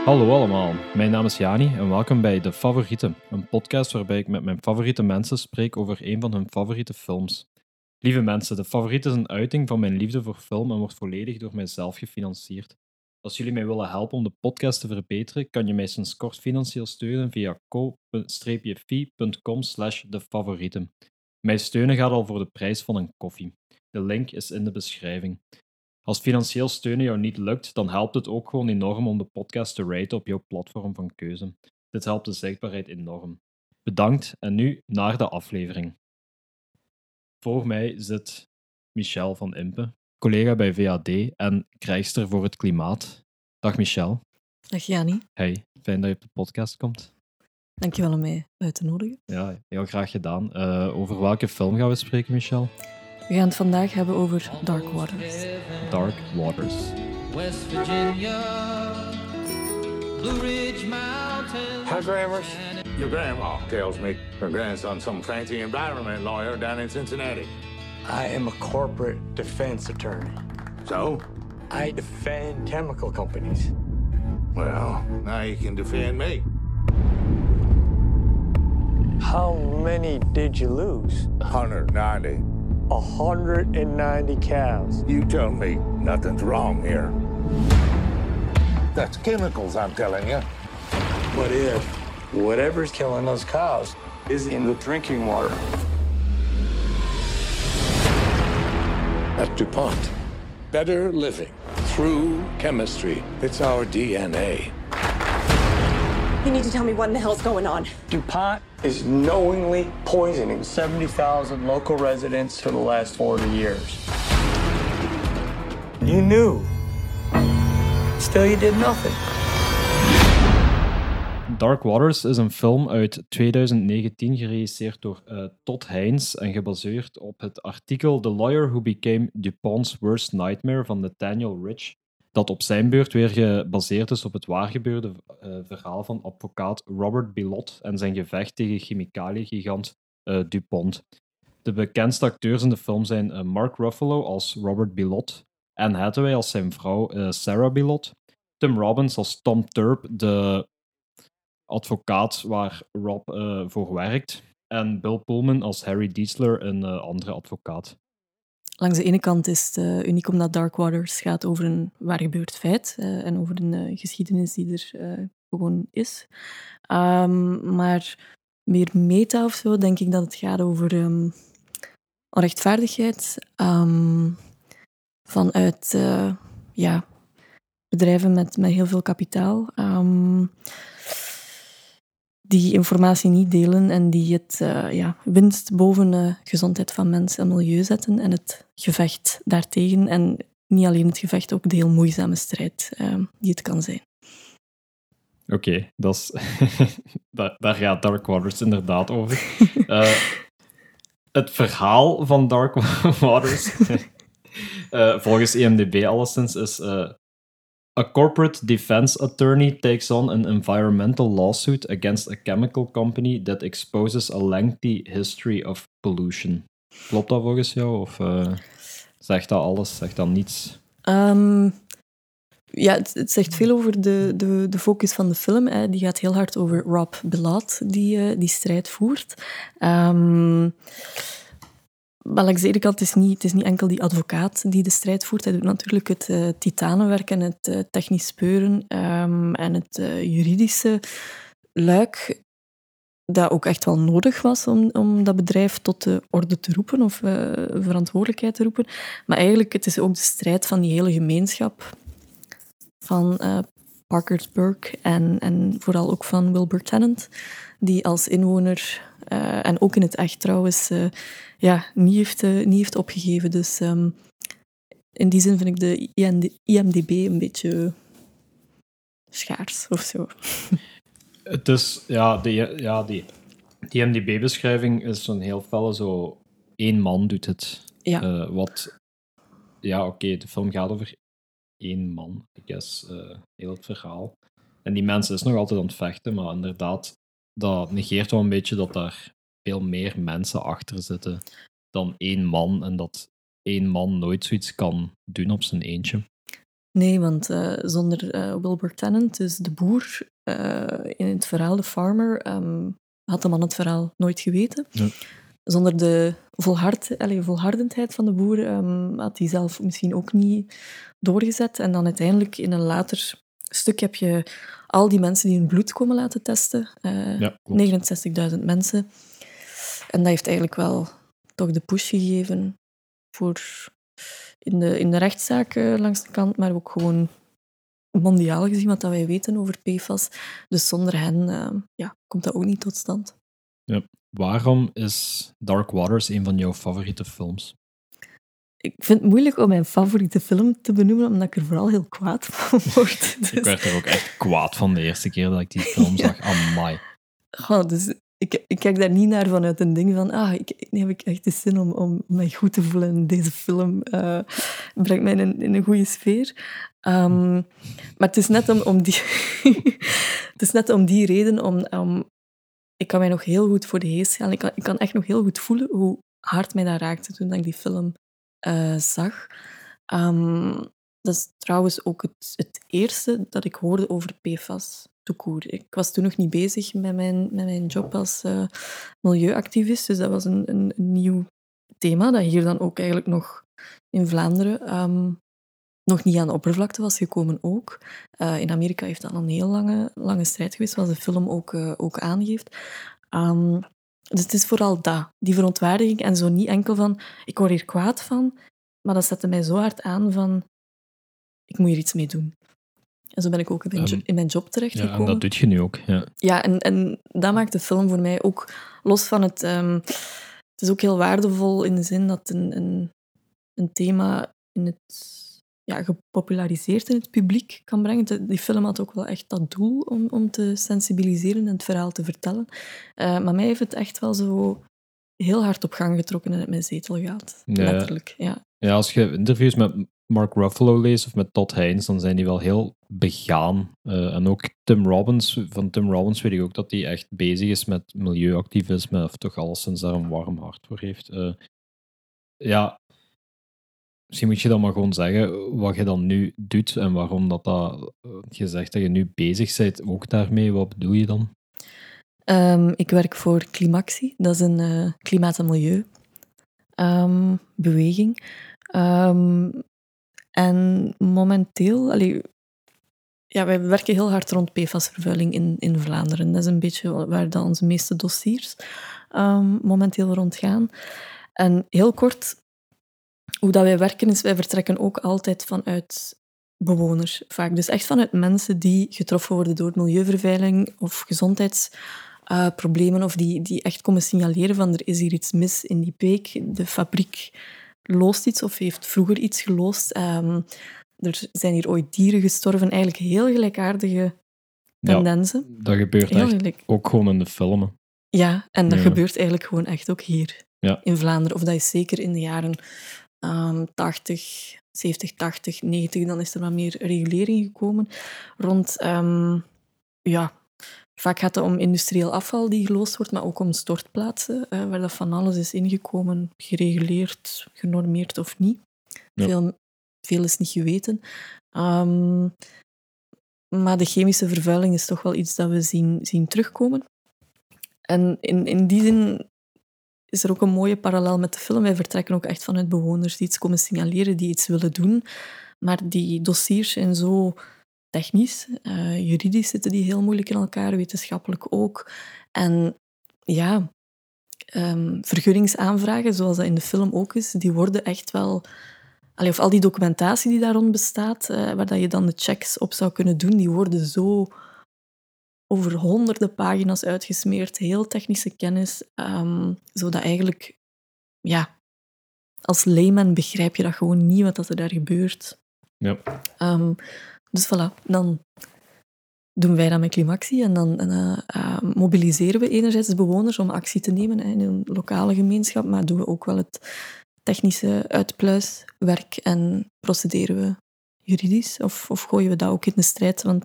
Hallo allemaal, mijn naam is Jani en welkom bij De Favorieten, een podcast waarbij ik met mijn favoriete mensen spreek over een van hun favoriete films. Lieve mensen, De Favoriet is een uiting van mijn liefde voor film en wordt volledig door mijzelf gefinancierd. Als jullie mij willen helpen om de podcast te verbeteren, kan je mij sinds kort financieel steunen via ko-fi.com/defavorieten. Mijn steunen gaat al voor de prijs van een koffie. De link is in de beschrijving. Als financieel steunen jou niet lukt, dan helpt het ook gewoon enorm om de podcast te raten op jouw platform van keuze. Dit helpt de zichtbaarheid enorm. Bedankt en nu naar de aflevering. Voor mij zit Michel van Impe, collega bij VAD en krijgster voor het klimaat. Dag Michel. Dag Jani. Hey, fijn dat je op de podcast komt. Dankjewel om mij uit te nodigen. Ja, heel graag gedaan. Over welke film gaan we spreken, Michel? We gaan het vandaag hebben over Dark Waters. Dark Waters. West Virginia, Blue Ridge Mountains. Hi, Grammars. Your grandma tells me her grandson's some fancy environment lawyer down in Cincinnati. I am a corporate defense attorney. So? I defend chemical companies. Well, now you can defend me. How many did you lose? 190. 190 cows. You tell me nothing's wrong here. That's chemicals, I'm telling you. What if whatever's killing those cows is in the drinking water? At DuPont, better living through chemistry. It's our DNA. You need to tell me what in the hell's going on. DuPont is knowingly poisoning 70,000 local residents for the last 40 years. You knew. Still you did nothing. Dark Waters is een film uit 2019 geregisseerd door Todd Haynes en gebaseerd op het artikel The Lawyer Who Became DuPont's Worst Nightmare van Nathaniel Rich, dat op zijn beurt weer gebaseerd is op het waargebeurde verhaal van advocaat Robert Bilott en zijn gevecht tegen chemicaliegigant DuPont. De bekendste acteurs in de film zijn Mark Ruffalo als Robert Bilott, Anne Hathaway als zijn vrouw Sarah Bilott, Tim Robbins als Tom Turp, de advocaat waar Rob voor werkt, en Bill Pullman als Harry Dietzler, een andere advocaat. Langs de ene kant is het uniek omdat Dark Waters gaat over een waargebeurd feit en over een geschiedenis die er gewoon is. Maar meer meta of zo, denk ik dat het gaat over onrechtvaardigheid vanuit bedrijven met heel veel kapitaal. Die informatie niet delen en die het winst boven gezondheid van mens en milieu zetten en het gevecht daartegen. En niet alleen het gevecht, ook de heel moeizame strijd die het kan zijn. Oké, daar gaat Dark Waters inderdaad over. Het verhaal van Dark Waters, volgens IMDb alleszins, is... A corporate defense attorney takes on an environmental lawsuit against a chemical company that exposes a lengthy history of pollution. Klopt dat volgens jou? Of zegt dat alles? Zegt dat niets? Het zegt veel over de focus van de film. Hè. Die gaat heel hard over Rob Bilott, die strijd voert. Maar langs de ene kant is het is niet enkel die advocaat die de strijd voert. Hij doet natuurlijk het titanenwerk en het technisch speuren en het juridische luik, dat ook echt wel nodig was om dat bedrijf tot de orde te roepen of verantwoordelijkheid te roepen. Maar eigenlijk het is ook de strijd van die hele gemeenschap van Parkersburg en vooral ook van Wilbur Tennant, die als inwoner en ook in het echt trouwens niet heeft opgegeven. Dus in die zin vind ik de IMDb een beetje schaars of zo. Het is, die IMDb-beschrijving is zo'n heel felle zo... één man doet het. Ja. De film gaat over één man, I guess, heel het verhaal. En die mens is nog altijd aan het vechten, maar inderdaad, dat negeert wel een beetje dat daar veel meer mensen achter zitten dan één man en dat één man nooit zoiets kan doen op zijn eentje. Nee, want zonder Wilbur Tennant, dus de boer in het verhaal, de farmer, had de man het verhaal nooit geweten. Ja. Zonder de volhardendheid van de boer had hij zelf misschien ook niet doorgezet. En dan uiteindelijk in een later stuk heb je al die mensen die hun bloed komen laten testen. Ja, klopt. 69.000 mensen. En dat heeft eigenlijk wel toch de push gegeven voor in de rechtszaak langs de kant, maar ook gewoon mondiaal gezien wat dat wij weten over PFAS. Dus zonder hen komt dat ook niet tot stand. Ja. Waarom is Dark Waters een van jouw favoriete films? Ik vind het moeilijk om mijn favoriete film te benoemen, omdat ik er vooral heel kwaad van word. Dus... Ik werd er ook echt kwaad van de eerste keer dat ik die film zag. Amai. Dus ik kijk daar niet naar vanuit een ding van nu heb ik echt de zin om mij goed te voelen en deze film brengt mij in een goede sfeer. Maar het is net om die... het is net om die reden om ik kan mij nog heel goed voor de geest gaan. Ik kan echt nog heel goed voelen hoe hard mij dat raakte toen ik die film zag. Dat is trouwens ook het eerste dat ik hoorde over PFAS. Ik was toen nog niet bezig met mijn job als milieuactivist, dus dat was een nieuw thema dat hier dan ook eigenlijk nog in Vlaanderen nog niet aan de oppervlakte was gekomen ook. In Amerika heeft dat een heel lange strijd geweest, zoals de film ook aangeeft. Dus het is vooral dat, die verontwaardiging en zo niet enkel van ik word hier kwaad van, maar dat zette mij zo hard aan van ik moet hier iets mee doen. En zo ben ik ook in mijn job terechtgekomen. Ja, en dat doet je nu ook. Ja, en dat maakt de film voor mij ook, los van het... het is ook heel waardevol in de zin dat een thema gepopulariseerd in het publiek kan brengen. Die film had ook wel echt dat doel om te sensibiliseren en het verhaal te vertellen. Maar mij heeft het echt wel zo heel hard op gang getrokken en uit mijn zetel gehaald. Ja. Letterlijk, ja. Ja, als je interviews met Mark Ruffalo leest of met Todd Haynes, dan zijn die wel heel begaan. En ook Tim Robbins, van Tim Robbins weet ik ook dat hij echt bezig is met milieuactivisme, of toch alleszins daar een warm hart voor heeft. Misschien moet je dan maar gewoon zeggen wat je dan nu doet en waarom je zegt dat je nu bezig bent ook daarmee. Wat bedoel je dan? Ik werk voor Climactie, dat is een klimaat- en milieubeweging. En momenteel... wij werken heel hard rond PFAS-vervuiling in Vlaanderen. Dat is een beetje waar dan onze meeste dossiers momenteel rond gaan. En heel kort, hoe dat wij werken is, wij vertrekken ook altijd vanuit bewoners vaak. Dus echt vanuit mensen die getroffen worden door milieuvervuiling of gezondheidsproblemen, of die echt komen signaleren van er is hier iets mis in die beek. De fabriek loost iets of heeft vroeger iets geloosd. Er zijn hier ooit dieren gestorven. Eigenlijk heel gelijkaardige tendensen. Ja, dat gebeurt echt ook gewoon in de filmen. Ja, en dat gebeurt eigenlijk gewoon echt ook hier in Vlaanderen. Of dat is zeker in de jaren 70, 80, 90. Dan is er wat meer regulering gekomen. Vaak gaat het om industrieel afval die geloosd wordt, maar ook om stortplaatsen, waar dat van alles is ingekomen, gereguleerd, genormeerd of niet. Ja. Veel is niet geweten. Maar de chemische vervuiling is toch wel iets dat we zien terugkomen. En in die zin is er ook een mooie parallel met de film. Wij vertrekken ook echt vanuit bewoners die iets komen signaleren, die iets willen doen. Maar die dossiers zijn zo technisch, juridisch zitten die heel moeilijk in elkaar, wetenschappelijk ook. En vergunningsaanvragen, zoals dat in de film ook is, die worden echt wel... Of al die documentatie die daar rond bestaat, waar dat je dan de checks op zou kunnen doen, die worden zo over honderden pagina's uitgesmeerd, heel technische kennis, zodat eigenlijk, als layman begrijp je dat gewoon niet, wat er daar gebeurt. Ja. Dus voilà, dan doen wij dat met Climactie en dan mobiliseren we enerzijds de bewoners om actie te nemen in een lokale gemeenschap, maar doen we ook wel het technische uitpluiswerk en procederen we juridisch of gooien we dat ook in de strijd, want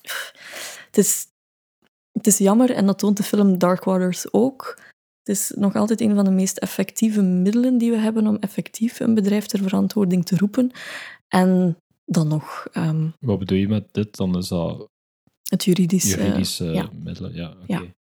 het is jammer, en dat toont de film Dark Waters ook. Het is nog altijd een van de meest effectieve middelen die we hebben om effectief een bedrijf ter verantwoording te roepen. En dan nog Wat bedoel je met dit? Dan is dat het juridische... juridische middelen. Ja, oké.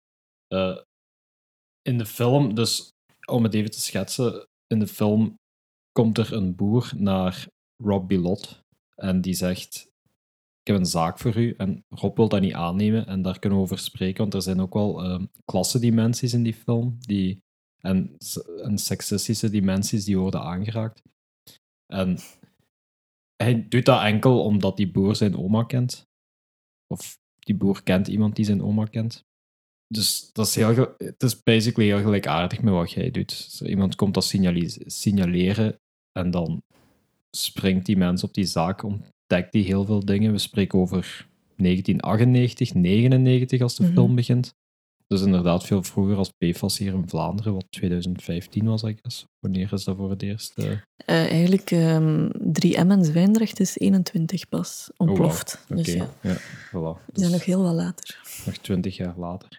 In de film, dus om het even te schetsen, in de film komt er een boer naar Rob Bilott en die zegt: ik heb een zaak voor u. En Rob wil dat niet aannemen en daar kunnen we over spreken, want er zijn ook wel klassendimensies in die film en seksistische dimensies die worden aangeraakt. En hij doet dat enkel omdat die boer zijn oma kent. Of die boer kent iemand die zijn oma kent. Dus dat is het is basically heel gelijkaardig met wat jij doet. Zo, iemand komt dat signaleren en dan springt die mens op die zaak, ontdekt die heel veel dingen. We spreken over 1998, 1999 als de film begint. Dus inderdaad veel vroeger als PFAS hier in Vlaanderen, wat 2015 was, I guess. Wanneer is dat voor het eerst? Eigenlijk 3M en Zwijndrecht is 21 pas ontploft. Oh, wow. Dus ja, voilà. Die zijn nog heel wat later. Nog 20 jaar later.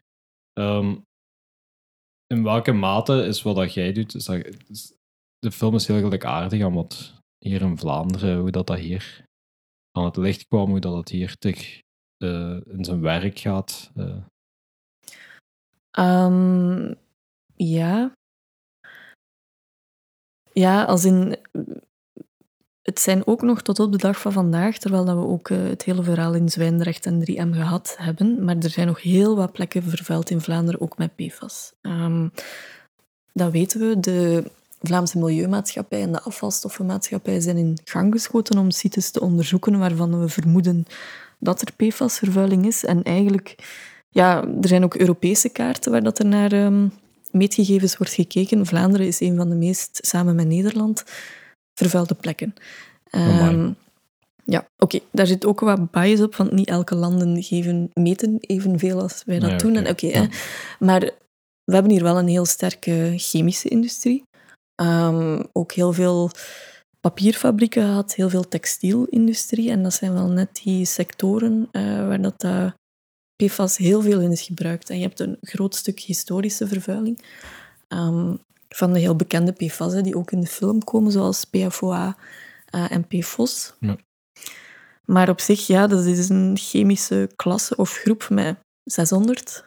In welke mate is wat dat jij doet? De film is heel gelijkaardig aan wat hier in Vlaanderen, hoe dat hier aan het licht kwam, hoe dat het hier in zijn werk gaat. Ja. Ja, als in... Het zijn ook nog tot op de dag van vandaag, terwijl dat we ook het hele verhaal in Zwijndrecht en 3M gehad hebben, maar er zijn nog heel wat plekken vervuild in Vlaanderen, ook met PFAS. Dat weten we. De Vlaamse Milieumaatschappij en de Afvalstoffenmaatschappij zijn in gang geschoten om sites te onderzoeken waarvan we vermoeden dat er PFAS-vervuiling is. En eigenlijk, ja, er zijn ook Europese kaarten waar dat er naar meetgegevens wordt gekeken. Vlaanderen is een van de meest, samen met Nederland, vervuilde plekken. Ja, oké. Daar zit ook wat bias op, want niet elke landen meten evenveel als wij dat doen. En, maar we hebben hier wel een heel sterke chemische industrie. Ook heel veel papierfabrieken gehad, heel veel textielindustrie. En dat zijn wel net die sectoren waar dat PFAS heel veel in is gebruikt. En je hebt een groot stuk historische vervuiling van de heel bekende PFAS, die ook in de film komen, zoals PFOA en PFOS. Ja. Maar op zich, ja, dat is een chemische klasse of groep met 600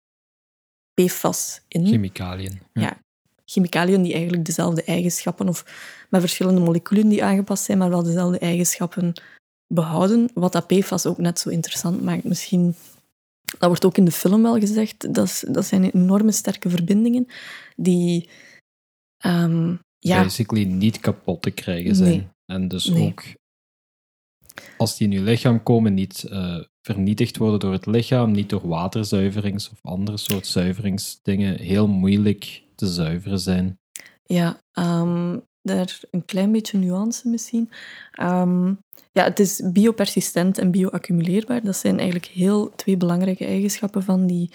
PFAS in. Chemicaliën. Ja, chemicaliën die eigenlijk dezelfde eigenschappen, of met verschillende moleculen die aangepast zijn, maar wel dezelfde eigenschappen behouden. Wat dat PFAS ook net zo interessant maakt. Misschien, dat wordt ook in de film wel gezegd, dat zijn enorme sterke verbindingen die... basically niet kapot te krijgen zijn. Nee. En dus ook, als die in je lichaam komen, niet vernietigd worden door het lichaam, niet door waterzuiverings of andere soort zuiveringsdingen, heel moeilijk te zuiveren zijn. Ja, daar een klein beetje nuance misschien. Ja, het is biopersistent en bioaccumuleerbaar. Dat zijn eigenlijk twee belangrijke eigenschappen van die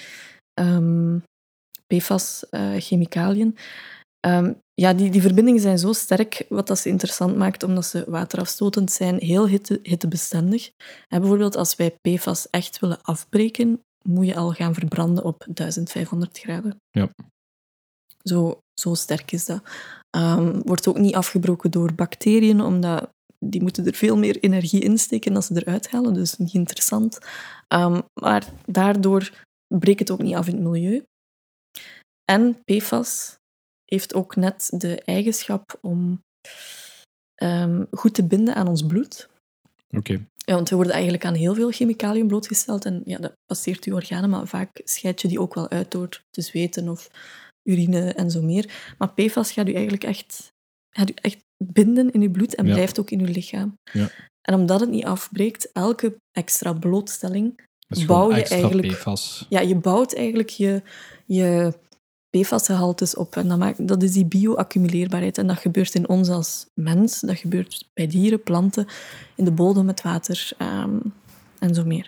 PFAS-chemicaliën. Ja, die verbindingen zijn zo sterk, wat dat ze interessant maakt, omdat ze waterafstotend zijn, heel hittebestendig. En bijvoorbeeld als wij PFAS echt willen afbreken, moet je al gaan verbranden op 1500 graden. Ja. Zo sterk is dat. Wordt ook niet afgebroken door bacteriën, omdat die moeten er veel meer energie in steken dan ze eruit halen, dus niet interessant. Maar daardoor breekt het ook niet af in het milieu. En PFAS heeft ook net de eigenschap om goed te binden aan ons bloed. Oké. Ja, want we worden eigenlijk aan heel veel chemicaliën blootgesteld en ja, dat passeert je organen, maar vaak scheid je die ook wel uit door te zweten of urine en zo meer. Maar PFAS gaat u eigenlijk echt binden in je bloed en blijft ook in je lichaam. Ja. En omdat het niet afbreekt, elke extra blootstelling bouw je eigenlijk... PFAS. Ja, je bouwt eigenlijk je PFAS-gehaltes op. En dat is die bioaccumuleerbaarheid. En dat gebeurt in ons als mens, dat gebeurt bij dieren, planten, in de bodem, het water en zo meer.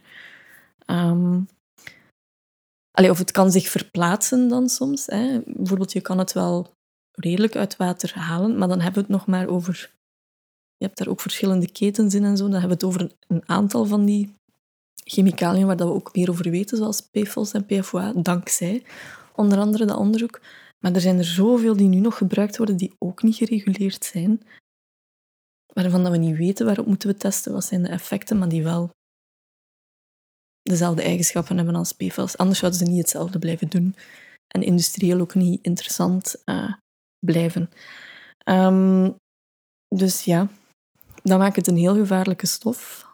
Of het kan zich verplaatsen dan soms. Hè. Bijvoorbeeld, je kan het wel redelijk uit water halen, maar dan hebben we het nog maar over... Je hebt daar ook verschillende ketens in en zo. Dan hebben we het over een aantal van die chemicaliën waar dat we ook meer over weten, zoals PFOS en PFOA, dankzij onder andere dat onderzoek. Maar er zijn er zoveel die nu nog gebruikt worden die ook niet gereguleerd zijn. waarvan dat we niet weten waarop moeten we testen, wat zijn de effecten, maar die wel dezelfde eigenschappen hebben als PFAS. Anders zouden ze niet hetzelfde blijven doen. En industrieel ook niet interessant blijven. Dus ja, dat maakt het een heel gevaarlijke stof.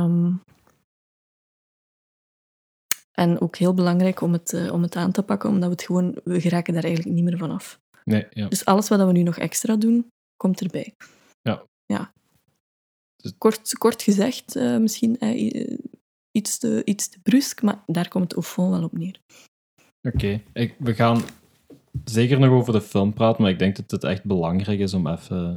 En ook heel belangrijk om het aan te pakken, omdat we geraken daar eigenlijk niet meer vanaf. Nee, ja. Dus alles wat we nu nog extra doen, komt erbij. Ja. Dus... Kort gezegd, misschien iets te brusk, maar daar komt het au fond wel op neer. Oké. We gaan zeker nog over de film praten, maar ik denk dat het echt belangrijk is om even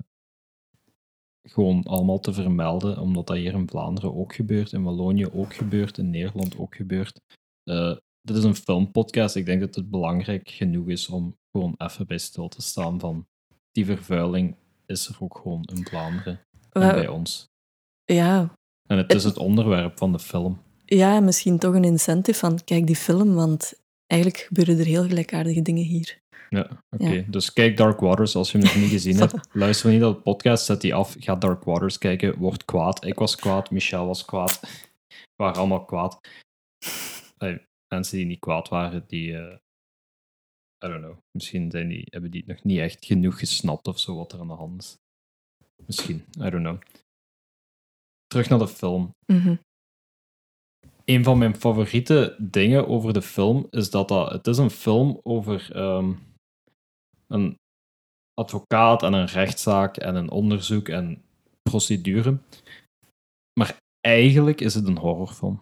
gewoon allemaal te vermelden, omdat dat hier in Vlaanderen ook gebeurt, in Wallonië ook gebeurt, in Nederland ook gebeurt. Dit is een filmpodcast. Ik denk dat het belangrijk genoeg is om gewoon even bij stil te staan van die vervuiling is er ook gewoon in Vlaanderen en bij ons. Ja. En het is het onderwerp van de film. Ja, misschien toch een incentive van kijk die film, want eigenlijk gebeuren er heel gelijkaardige dingen hier. Ja, oké. Dus kijk Dark Waters als je hem nog niet gezien hebt. Luister niet naar de podcast, zet die af, ga Dark Waters kijken, word kwaad. Ik was kwaad, Michel was kwaad. We waren allemaal kwaad. Mensen die niet kwaad waren, die... I don't know. Misschien hebben die nog niet echt genoeg gesnapt of zo wat er aan de hand is. Misschien, I don't know. Terug naar de film. Mm-hmm. Een van mijn favoriete dingen over de film is dat het is een film over een advocaat en een rechtszaak en een onderzoek en procedure. Maar eigenlijk is het een horrorfilm.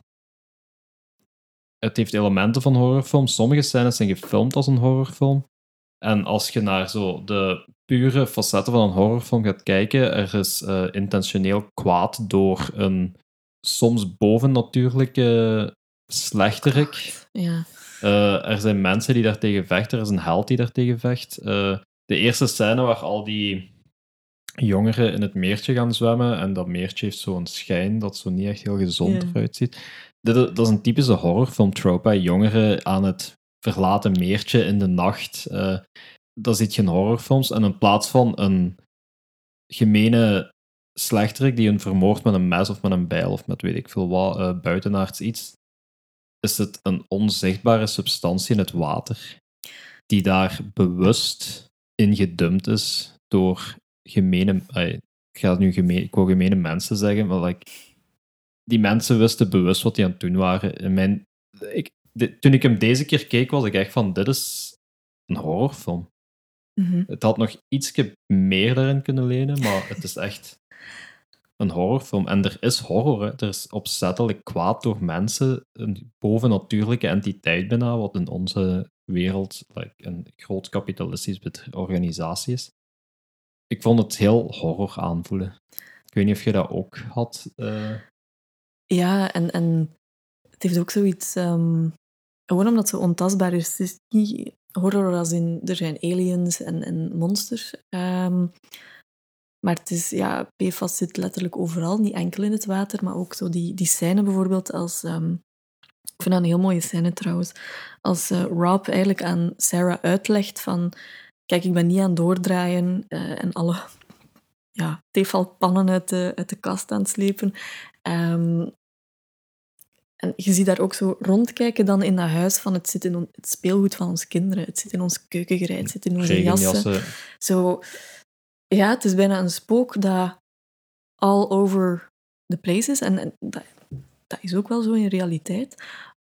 Het heeft elementen van horrorfilm. Sommige scènes zijn gefilmd als een horrorfilm. En als je naar zo de pure facetten van een horrorfilm gaat kijken, er is intentioneel kwaad door een soms bovennatuurlijke slechterik. Ja. Er zijn mensen die daartegen vechten, er is een held die daartegen vecht. De eerste scène waar al die jongeren in het meertje gaan zwemmen en dat meertje heeft zo'n schijn dat zo niet echt heel gezond eruit ziet. Dat is een typische horrorfilm-trope, hè. Jongeren aan het verlaten meertje in de nacht. Dat ziet je in horrorfilms. En in plaats van een gemene slechterik die hun vermoordt met een mes of met een bijl of met weet ik veel wat, buitenaards iets, is het een onzichtbare substantie in het water die daar bewust in gedumpt is door gemene... Ik wou gemene mensen zeggen, maar die mensen wisten bewust wat die aan het doen waren. Toen ik hem deze keer keek, was ik echt van, dit is een horrorfilm. Mm-hmm. Het had nog ietsje meer daarin kunnen lenen, maar het is echt een horrorfilm. En er is horror, hè. Er is opzettelijk kwaad door mensen, een bovennatuurlijke entiteit bijna, wat in onze wereld een groot kapitalistisch organisatie is. Ik vond het heel horror aanvoelen. Ik weet niet of je dat ook had. Ja, en het heeft ook zoiets... gewoon omdat het zo ontastbaar is. Het is niet horror als in... Er zijn aliens en monsters. Maar het is... Ja, PFAS zit letterlijk overal. Niet enkel in het water, maar ook zo die scène bijvoorbeeld als... ik vind dat een heel mooie scène trouwens. Als Rob eigenlijk aan Sarah uitlegt van... Kijk, ik ben niet aan het doordraaien en alle tefalpannen uit de kast aan het slepen. En je ziet daar ook zo rondkijken dan in dat huis van het zit in het speelgoed van onze kinderen. Het zit in ons keukengerei, het zit in onze jassen. Zo, ja, het is bijna een spook dat all over the place is. En dat is ook wel zo in realiteit.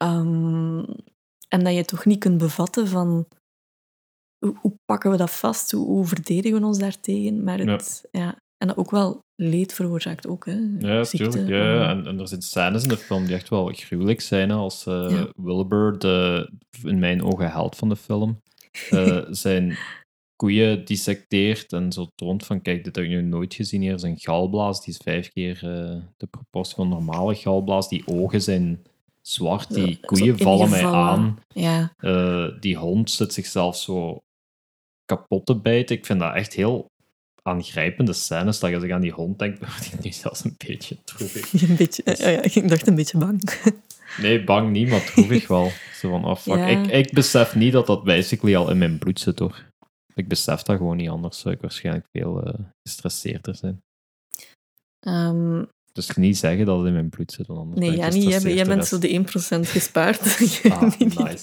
En dat je toch niet kunt bevatten van... Hoe pakken we dat vast? Hoe verdedigen we ons daartegen? Maar en dat ook wel leed veroorzaakt ook. Hè? Ja, natuurlijk. Ja. En er zijn scènes in de film die echt wel gruwelijk zijn. Als Wilbur, in mijn ogen held van de film, zijn koeien dissecteert en zo toont van, kijk, dit heb ik nu nooit gezien. Hier is een galblaas, die is 5 keer de proportie van een normale galblaas. Die ogen zijn zwart, die koeien vallen mij aan. Ja. Die hond zit zichzelf zo kapot te bijten. Ik vind dat echt heel aangrijpende scènes. Dat als ik aan die hond denk, word ik nu zelfs een beetje droevig. Een beetje, ik dacht een beetje bang. Nee, bang niet, maar droevig wel. Zo van, oh fuck. Ja. Ik besef niet dat basically al in mijn bloed zit, hoor. Ik besef dat gewoon niet, anders zou ik waarschijnlijk veel gestresseerder zijn. Ehm, Dus niet zeggen dat het in mijn bloed zit, want anders nee, ben ik Jannie, gestresseerd jij de bent rest. zo de 1% gespaard. Nice.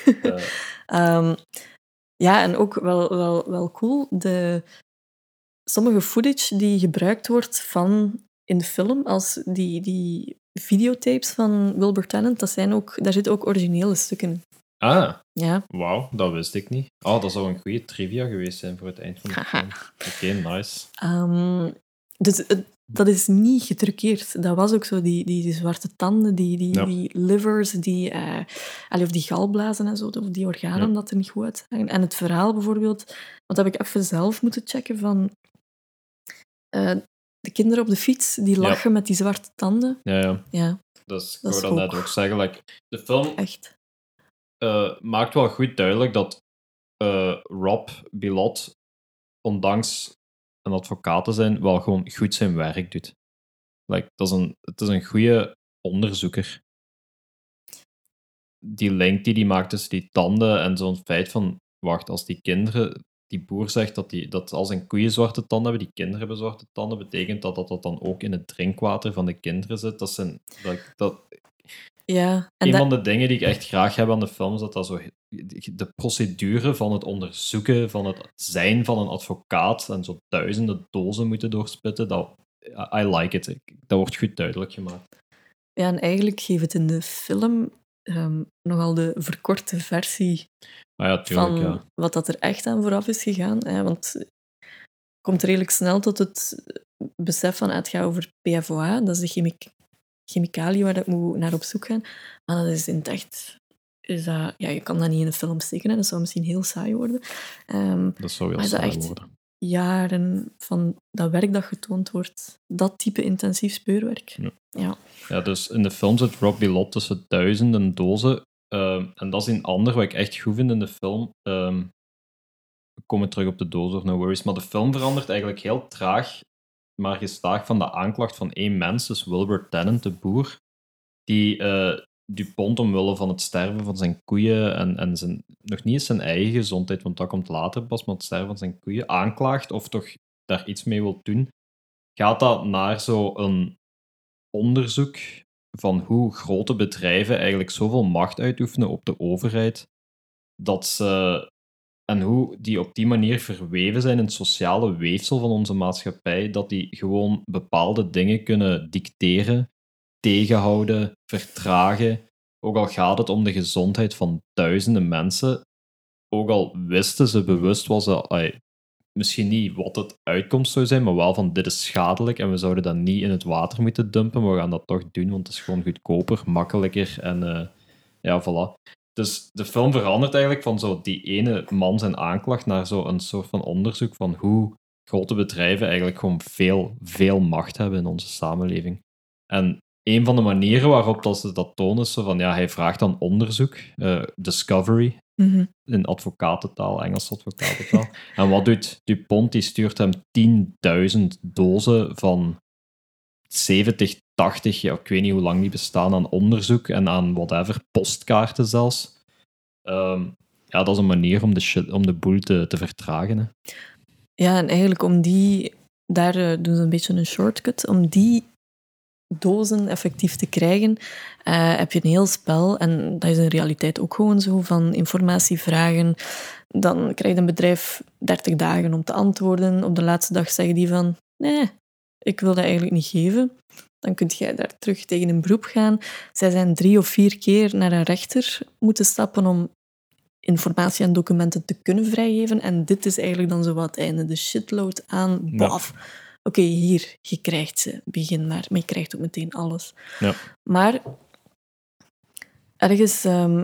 Ja, en ook wel cool. Sommige footage die gebruikt wordt in de film, als die videotapes van Wilbur Tennant, daar zitten ook originele stukken in. Ah, Ja. wauw, dat wist ik niet. Oh, dat zou een goede trivia geweest zijn voor het eind van de film. Oké, nice. Dus dat is niet getruckeerd. Dat was ook zo, die zwarte tanden, die livers, of die galblazen en zo, of die organen, dat er niet goed uitzagen. En het verhaal bijvoorbeeld, wat heb ik even zelf moeten checken van de kinderen op de fiets, die lachen met die zwarte tanden. Ja. Dus ik Dat wou is dat net ook zeggen. De film Echt. maakt wel goed duidelijk dat Rob Bilott, ondanks een advocaat te zijn, wel gewoon goed zijn werk doet. Het is een goede onderzoeker. Die link die maakt tussen die tanden en zo'n feit van, wacht, als die kinderen, die boer zegt dat als een koeien zwarte tanden hebben, die kinderen hebben zwarte tanden, betekent dat dan ook in het drinkwater van de kinderen zit. Ja. En een van de dingen die ik echt graag heb aan de film is dat zo de procedure van het onderzoeken, van het zijn van een advocaat en zo duizenden dozen moeten doorspitten, I like it. Dat wordt goed duidelijk gemaakt. Ja, en eigenlijk geeft het in de film nogal de verkorte versie van wat dat er echt aan vooraf is gegaan. Want het komt redelijk snel tot het besef van het gaat over PFOA, dat is de chemicaliën waar dat moet naar op zoek gaan. Maar dat is in het echt... je kan dat niet in een film steken, hè. Dat zou misschien heel saai worden. Dat zou heel saai worden. Jaren van dat werk dat getoond wordt, dat type intensief speurwerk. Ja, dus in de film zit Rob Bilott tussen duizenden dozen. En dat is een ander wat ik echt goed vind in de film. We komen terug op de doos, no worries. Maar de film verandert eigenlijk heel traag, maar gestaag van de aanklacht van één mens, dus Wilbur Tennant, de boer, die Dupont omwille van het sterven van zijn koeien en nog niet eens zijn eigen gezondheid, want dat komt later pas, maar het sterven van zijn koeien aanklaagt of toch daar iets mee wil doen, gaat dat naar zo'n onderzoek van hoe grote bedrijven eigenlijk zoveel macht uitoefenen op de overheid, en hoe die op die manier verweven zijn in het sociale weefsel van onze maatschappij, dat die gewoon bepaalde dingen kunnen dicteren, tegenhouden, vertragen, ook al gaat het om de gezondheid van duizenden mensen, ook al wisten ze bewust, misschien niet wat het uitkomst zou zijn, maar wel van dit is schadelijk en we zouden dat niet in het water moeten dumpen, maar we gaan dat toch doen, want het is gewoon goedkoper, makkelijker en voilà. Dus de film verandert eigenlijk van zo die ene man zijn aanklacht naar zo een soort van onderzoek van hoe grote bedrijven eigenlijk gewoon veel, veel macht hebben in onze samenleving. En een van de manieren waarop dat ze dat tonen is zo van, hij vraagt dan onderzoek, discovery, in advocatentaal, Engels advocatentaal. En wat doet Dupont? Die stuurt hem 10.000 dozen van 70, 80, ik weet niet hoe lang die bestaan, aan onderzoek en aan whatever, postkaarten zelfs. Dat is een manier om de boel te vertragen. Hè. Ja, en eigenlijk daar doen ze een beetje een shortcut, om die dozen effectief te krijgen, heb je een heel spel, en dat is in realiteit ook gewoon zo, van informatie vragen. Dan krijgt een bedrijf 30 dagen om te antwoorden. Op de laatste dag zeggen die van, nee, ik wil dat eigenlijk niet geven. Dan kun jij daar terug tegen een beroep gaan. Zij zijn 3 of 4 keer naar een rechter moeten stappen om informatie en documenten te kunnen vrijgeven. En dit is eigenlijk dan zo wat het einde. De shitload aan, baf. Ja. Oké, hier, je krijgt ze. Begin maar je krijgt ook meteen alles. Ja. Maar ergens...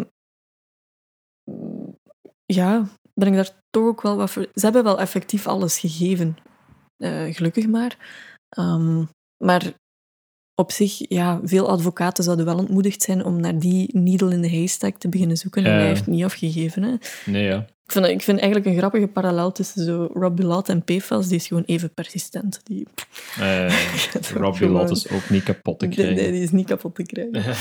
ben ik daar toch ook wel wat... Ze hebben wel effectief alles gegeven. Gelukkig maar. Maar op zich, veel advocaten zouden wel ontmoedigd zijn om naar die needle in the haystack te beginnen zoeken. En hij heeft het niet afgegeven. Hè. Nee, ja. Ik vind eigenlijk een grappige parallel tussen zo Rob Bilott en PFAS. Die is gewoon even persistent. Rob Bilott is ook niet kapot te krijgen. Nee, die is niet kapot te krijgen.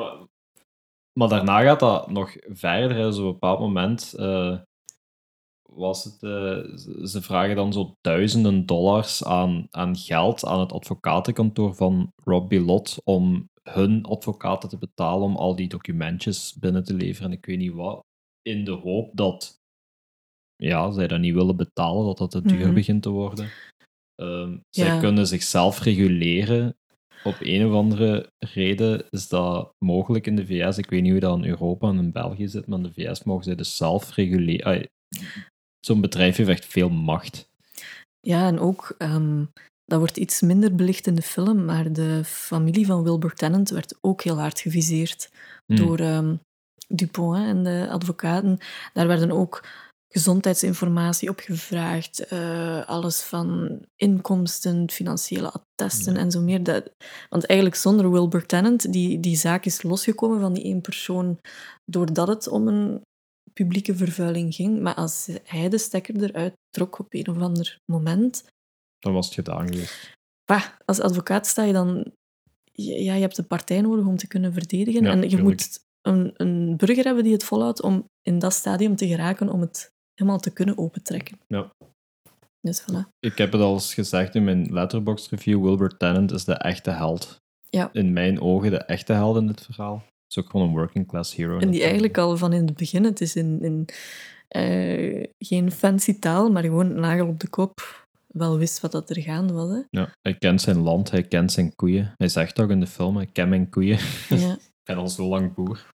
Maar daarna gaat dat nog verder. Op een bepaald moment was het? Ze vragen dan zo $1000 aan geld aan het advocatenkantoor van Rob Bilott om hun advocaten te betalen om al die documentjes binnen te leveren en ik weet niet wat. In de hoop dat zij dat niet willen betalen, dat dat te duur begint te worden. Zij kunnen zichzelf reguleren. Op een of andere reden is dat mogelijk in de VS. Ik weet niet hoe dat in Europa en in België zit, maar in de VS mogen zij dus zelf reguleren. Zo'n bedrijf heeft echt veel macht. Ja, en ook, dat wordt iets minder belicht in de film, maar de familie van Wilbur Tennant werd ook heel hard geviseerd door Dupont en de advocaten. Daar werden ook gezondheidsinformatie op gevraagd, alles van inkomsten, financiële attesten en zo meer. Want eigenlijk zonder Wilbur Tennant, die zaak is losgekomen van die één persoon doordat het om een publieke vervuiling ging. Maar als hij de stekker eruit trok op een of ander moment... Dan was het gedaan geweest. Als advocaat sta je dan... Ja, je hebt een partij nodig om te kunnen verdedigen. Ja, en je tuurlijk. moet een burger hebben die het volhoudt om in dat stadium te geraken om het helemaal te kunnen opentrekken. Ja. Dus voilà. Ik heb het al eens gezegd in mijn Letterboxd review, Wilbur Tennant is de echte held. Ja. In mijn ogen de echte held in dit verhaal. Het is ook gewoon een working class hero. En die eigenlijk al van in het begin, het is in geen fancy taal, maar gewoon nagel op de kop, wel wist wat dat er gaande was. Hè? Ja, hij kent zijn land, hij kent zijn koeien. Hij zegt ook in de film, ik ken mijn koeien. Ja. Ik ben al zo lang boer.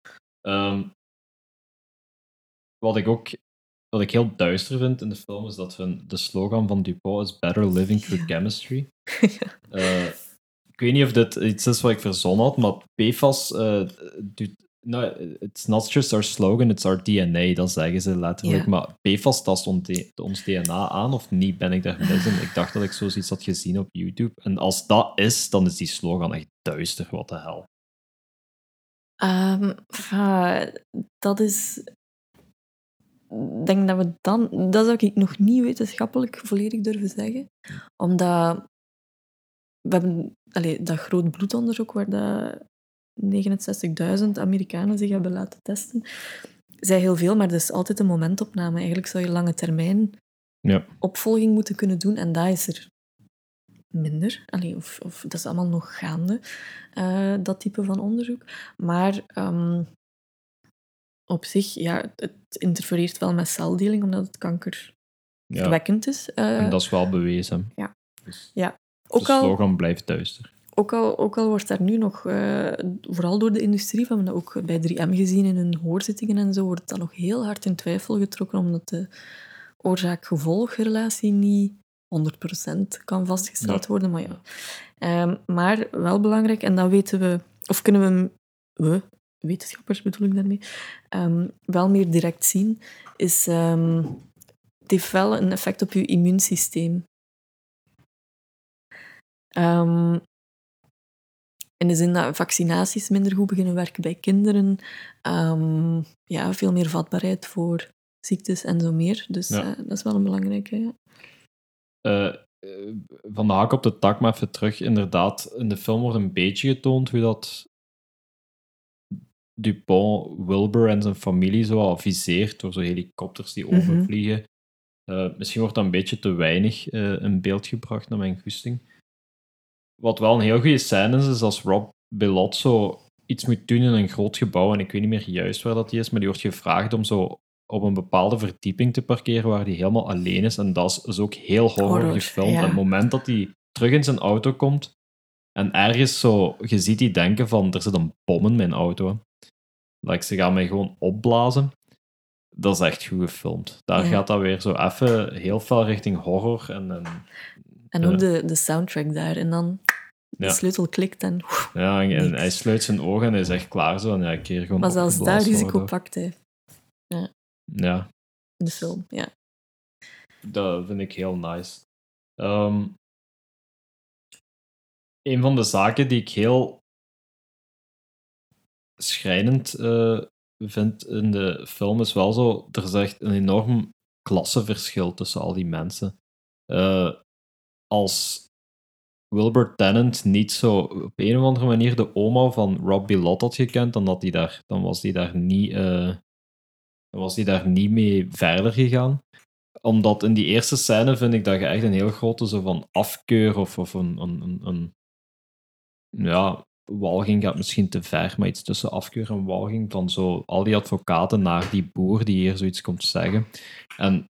Wat ik heel duister vind in de film is dat de slogan van Dupont is Better Living Through Chemistry. Ik weet niet of dit iets is wat ik verzonnen had, maar PFAS it's not just our slogan, it's our DNA, dat zeggen ze letterlijk. Ja. Maar PFAS tast ons DNA aan, of niet, ben ik daar mis in? Ik dacht dat ik zoiets had gezien op YouTube. En als dat is, dan is die slogan echt duister, wat de hel. Dat is... Ik denk dat we dan... Dat zou ik nog niet wetenschappelijk volledig durven zeggen. Omdat... We hebben dat groot bloedonderzoek waar dat 69.000 Amerikanen zich hebben laten testen. Zei heel veel, maar dat is altijd een momentopname. Eigenlijk zou je lange termijn opvolging moeten kunnen doen en dat is er minder. Of dat is allemaal nog gaande, dat type van onderzoek. Maar op zich, het interfereert wel met celdeling, omdat het kankerverwekkend is. En dat is wel bewezen. Ja. Dus ja. de slogan blijft duister. Ook al wordt daar nu nog, vooral door de industrie, we hebben dat ook bij 3M gezien in hun hoorzittingen en zo, wordt dat nog heel hard in twijfel getrokken, omdat de oorzaak-gevolgrelatie niet 100% kan vastgesteld worden. Maar maar wel belangrijk, en dat weten we, of kunnen we wetenschappers bedoel ik daarmee, wel meer direct zien, is het heeft wel een effect op je immuunsysteem. In de zin dat vaccinaties minder goed beginnen werken bij kinderen, veel meer vatbaarheid voor ziektes en zo meer. Dus dat is wel een belangrijke. Van de haak op de tak, maar even terug. Inderdaad, in de film wordt een beetje getoond hoe dat Dupont Wilbur en zijn familie zo adviseert door zo helikopters die overvliegen. Misschien wordt dat een beetje te weinig in beeld gebracht naar mijn goesting. Wat wel een heel goede scène is als Rob Bilott zo iets moet doen in een groot gebouw, en ik weet niet meer juist waar dat is, maar die wordt gevraagd om zo op een bepaalde verdieping te parkeren waar hij helemaal alleen is, en dat is ook heel horror gefilmd. En het moment dat hij terug in zijn auto komt en ergens zo, je ziet die denken van, er zit een bom in mijn auto. Ze gaan mij gewoon opblazen. Dat is echt goed gefilmd. Daar gaat dat weer zo even heel veel richting horror. En ook de soundtrack daar. En dan de sleutel klikt en... en hij sluit zijn ogen en hij is echt klaar zo. En ik keer gewoon maar zelfs daar risico pakt hij. Ja. In de film, ja. Dat vind ik heel nice. Een van de zaken die ik heel schrijnend vind in de film is wel zo... Er is echt een enorm klassenverschil tussen al die mensen. Als Wilbur Tennant niet zo op een of andere manier de oma van Rob Bilott had gekend, dan was hij daar niet mee verder gegaan. Omdat in die eerste scène vind ik dat je echt een heel grote zo van afkeur of een ja, walging gaat misschien te ver, maar iets tussen afkeur en walging van zo al die advocaten naar die boer die hier zoiets komt zeggen. En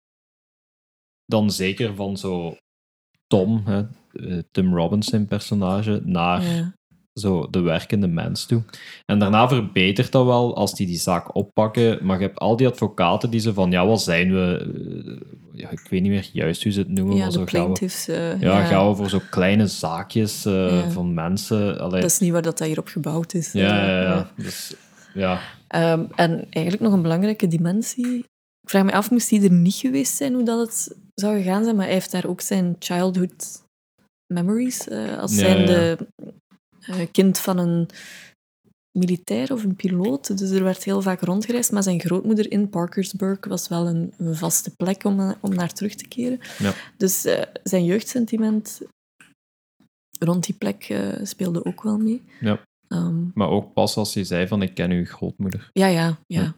dan zeker van zo Tom, hè, Tim Robinson personage, naar Ja. zo de werkende mens toe. En daarna verbetert dat wel als die zaak oppakken, maar je hebt al die advocaten die ze van, ja, wat zijn we? Ja, ik weet niet meer juist hoe ze het noemen, Ja, maar de zo gaan we, plaintiffs. gaan we voor zo kleine zaakjes van mensen. Allee, Dat is niet waar dat hierop gebouwd is. ja. Dus, ja. En eigenlijk nog een belangrijke dimensie. Ik vraag me af, moest hij er niet geweest zijn, hoe dat het zou gegaan zijn, maar hij heeft daar ook zijn childhood memories, als zijnde kind van een militair of een piloot. Dus er werd heel vaak rondgereisd, maar zijn grootmoeder in Parkersburg was wel een vaste plek om naar terug te keren. Ja. Dus zijn jeugdsentiment rond die plek speelde ook wel mee. Ja. Maar ook pas als hij zei van, ik ken uw grootmoeder. Ja.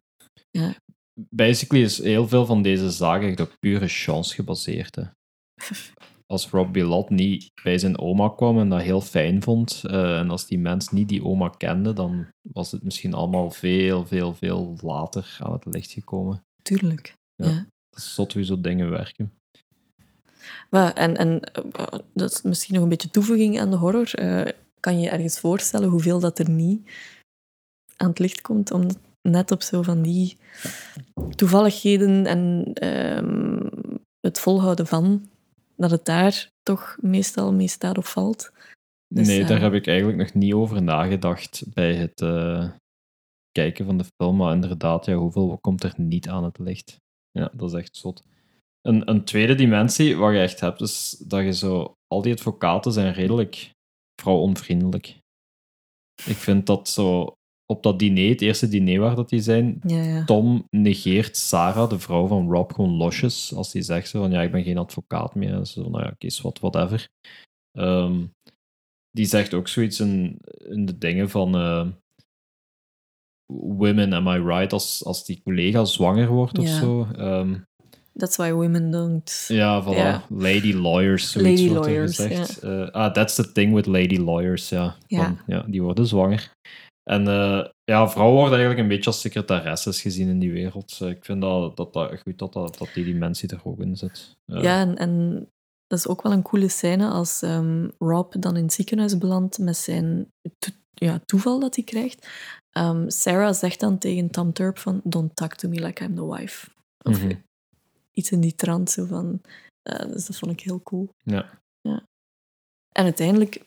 Basically is heel veel van deze zaken echt op pure chance gebaseerd. Hè. Als Rob Bilott niet bij zijn oma kwam en dat heel fijn vond, en als die mens niet die oma kende, dan was het misschien allemaal veel later aan het licht gekomen. Tuurlijk. Ja. Ja. Dat is zot hoe zo dingen werken. Maar, en dat is misschien nog een beetje toevoeging aan de horror. Kan je ergens voorstellen hoeveel dat er niet aan het licht komt, om net op zo van die toevalligheden en het volhouden van, dat het daar toch meestal mee staat of valt. Dus, Nee, daar heb ik eigenlijk nog niet over nagedacht bij het kijken van de film, maar inderdaad, ja, hoeveel komt er niet aan het licht? Ja, dat is echt zot. Een tweede dimensie wat je echt hebt, is dat je zo... Al die advocaten zijn redelijk vrouwonvriendelijk. Ik vind dat zo... Op dat diner, het eerste diner waar dat die zijn, Ja. Tom negeert Sarah, de vrouw van Rob, gewoon losjes. Als die zegt zo van, ja, ik ben geen advocaat meer. En zo, nou ja, oké, wat, whatever. Die zegt ook zoiets in de dingen van... women, am I right? Als die collega zwanger wordt of Ja. zo. That's why women don't... Ja, voilà. Ja. Lady lawyers, zoiets Lady wordt er lawyers, gezegd. That's the thing with lady lawyers, ja. Ja. Van, die worden zwanger. En vrouwen worden eigenlijk een beetje als secretaresses gezien in die wereld. Ik vind dat goed dat die dimensie er ook in zit. Ja, en dat is ook wel een coole scène als Rob dan in het ziekenhuis belandt met zijn toeval dat hij krijgt. Sarah zegt dan tegen Tom Turp van, don't talk to me like I'm the wife. Of iets in die trant, zo van... dus dat vond ik heel cool. Ja. En uiteindelijk...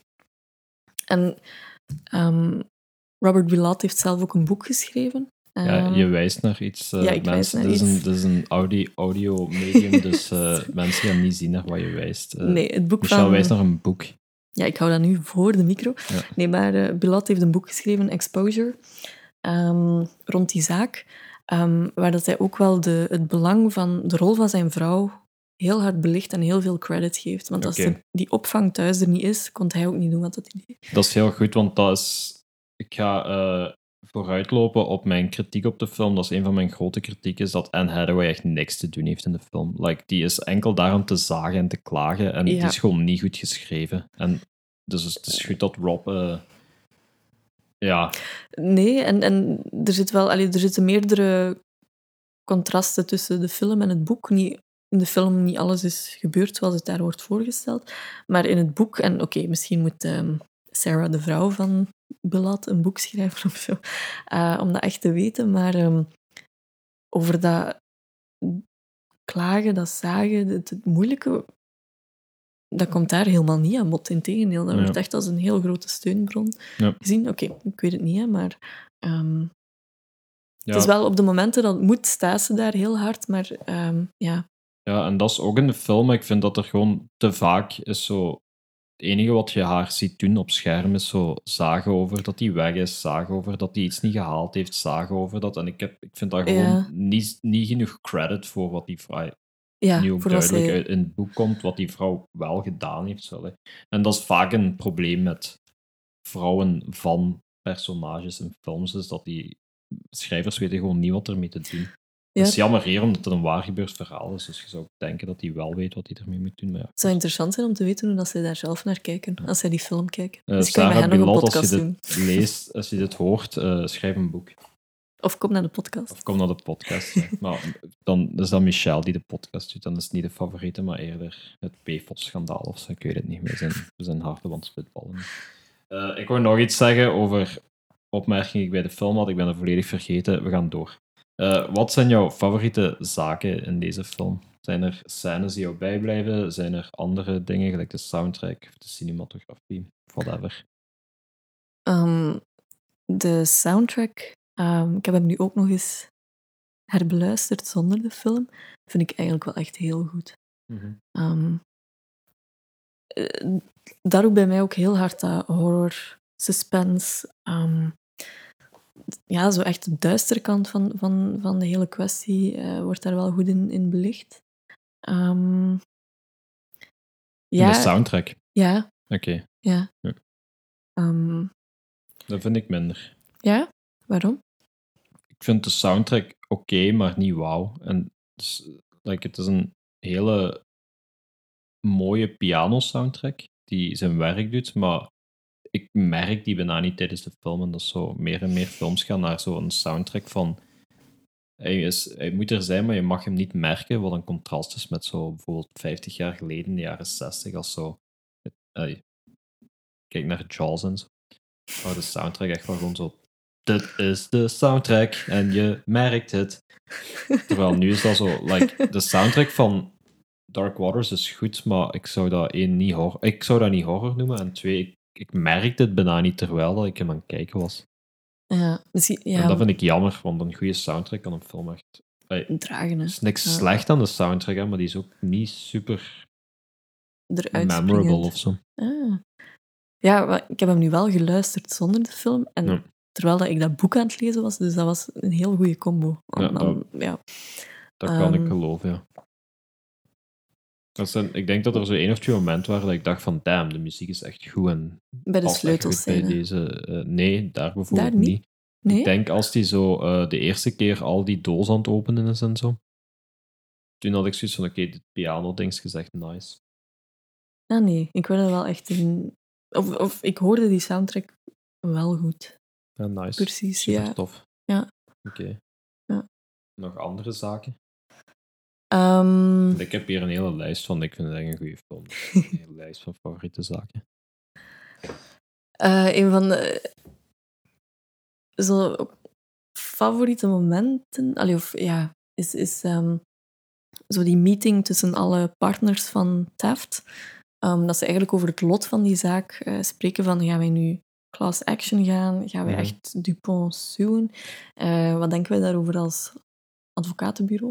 Robert Bilott heeft zelf ook een boek geschreven. Je wijst naar iets. ik wijs naar iets. Dit is een audio medium, dus mensen gaan niet zien naar wat je wijst. Nee, het boek Michel van... wijst naar een boek. Ja, ik hou dat nu voor de micro. Ja. Nee, maar Bilott heeft een boek geschreven, Exposure, rond die zaak, waar dat hij ook wel het belang van de rol van zijn vrouw heel hard belicht en heel veel credit geeft. Want als die opvang thuis er niet is, kon hij ook niet doen wat dat hij deed. Dat is heel goed, want dat is... Ik ga vooruitlopen op mijn kritiek op de film. Dat is een van mijn grote kritieken, is dat Anne Hathaway echt niks te doen heeft in de film. Die is enkel daar om te zagen en te klagen, en die is gewoon niet goed geschreven. En dus het is goed dat Rob... Nee, en er zitten meerdere contrasten tussen de film en het boek. In de film niet alles is gebeurd zoals het daar wordt voorgesteld. Maar in het boek... En oké, misschien moet Sarah, de vrouw van Bilott, een boek schrijven of zo. Om dat echt te weten. Maar over dat klagen, dat zagen, het moeilijke... Dat komt daar helemaal niet aan bod. Integendeel, dat wordt echt als een heel grote steunbron gezien. Oké, ik weet het niet, hè, maar... Het is wel op de momenten dat het moet, staat ze daar heel hard, maar ja. Ja, en dat is ook in de film. Ik vind dat er gewoon te vaak is zo... Het enige wat je haar ziet doen op scherm is zo zagen over dat hij weg is, zagen over dat hij iets niet gehaald heeft, zagen over dat. En ik vind daar gewoon niet genoeg credit voor wat die vrouw... nu ook duidelijk in het boek komt, wat die vrouw wel gedaan heeft. En dat is vaak een probleem met vrouwen van personages in films, is dat die schrijvers weten gewoon niet wat ermee te doen. Het is jammer hier, omdat het een waar gebeurd verhaal is. Dus je zou denken dat hij wel weet wat hij ermee moet doen. Maar ja. Het zou interessant zijn om te weten hoe dat zij daar zelf naar kijken, als zij die film kijken. Dus kan je met Sarah hen nog een Bilot, als podcast je doen. dit leest, als je dit hoort, schrijf een boek. Of kom naar de podcast. Of kom naar de podcast. Ja. Maar dan is dat Michel die de podcast doet. Dan is het niet de favoriete, maar eerder het PFOS-schandaal of zo. Ik weet het niet. We zijn hard aan het spitballen. Ik wou nog iets zeggen over opmerkingen die ik bij de film had. Ik ben er volledig vergeten. We gaan door. Wat zijn jouw favoriete zaken in deze film? Zijn er scènes die jou bijblijven? Zijn er andere dingen, gelijk de soundtrack of de cinematografie? Whatever. De soundtrack, ik heb hem nu ook nog eens herbeluisterd zonder de film. Vind ik eigenlijk wel echt heel goed. Daar ook bij mij ook heel hard dat horror, suspense. Ja, zo echt de duistere kant van de hele kwestie wordt daar wel goed in belicht. In de soundtrack? Ja. Oké. Ja. Dat vind ik minder. Ja? Waarom? Ik vind de soundtrack oké, maar niet wauw. En het is een hele mooie piano-soundtrack die zijn werk doet, maar ik merk die bijna niet tijdens de film. En dat is zo meer en meer films gaan naar zo'n soundtrack van... Hij moet er zijn, maar je mag hem niet merken, wat een contrast is met zo bijvoorbeeld 50 jaar geleden, in de jaren 60, als zo... Kijk naar Jaws en zo. Waar de soundtrack echt wel gewoon zo... Dit is de soundtrack en je merkt het. Terwijl nu is dat zo... de soundtrack van Dark Waters is goed, maar ik zou dat niet horror noemen. En 2, ik merkte het bijna niet terwijl dat ik hem aan het kijken was. Ja, misschien... Ja, en dat vind ik jammer, want een goede soundtrack kan een film echt... dragen, hè. Er is niks slecht aan de soundtrack, hè, maar die is ook niet super memorable of zo. Ja, ik heb hem nu wel geluisterd zonder de film. En terwijl dat ik dat boek aan het lezen was, dus dat was een heel goede combo. Dat kan ik geloven, ja. Ik denk dat er zo 1 of 2 momenten waren dat ik dacht van, damn, de muziek is echt goed. En bij de sleutelscène? Bij deze... nee, daar bijvoorbeeld daar niet. Nee? Ik denk als die zo de eerste keer al die doos aan het openen is en zo. Toen had ik zoiets van, oké, dit piano-dings gezegd, nice. Ah nee, ik wilde wel echt een... Of ik hoorde die soundtrack wel goed. Ja, nice. Precies, super ja. tof. Ja. Oké. Ja. Nog andere zaken? Ik heb hier een hele lijst van, ik vind het echt een goede film. Een hele lijst van favoriete zaken. Een van de favoriete momenten... is zo die meeting tussen alle partners van Taft. Dat ze eigenlijk over het lot van die zaak spreken van, gaan wij nu class action gaan? Gaan wij echt Dupont suwen? Wat denken wij daarover als advocatenbureau?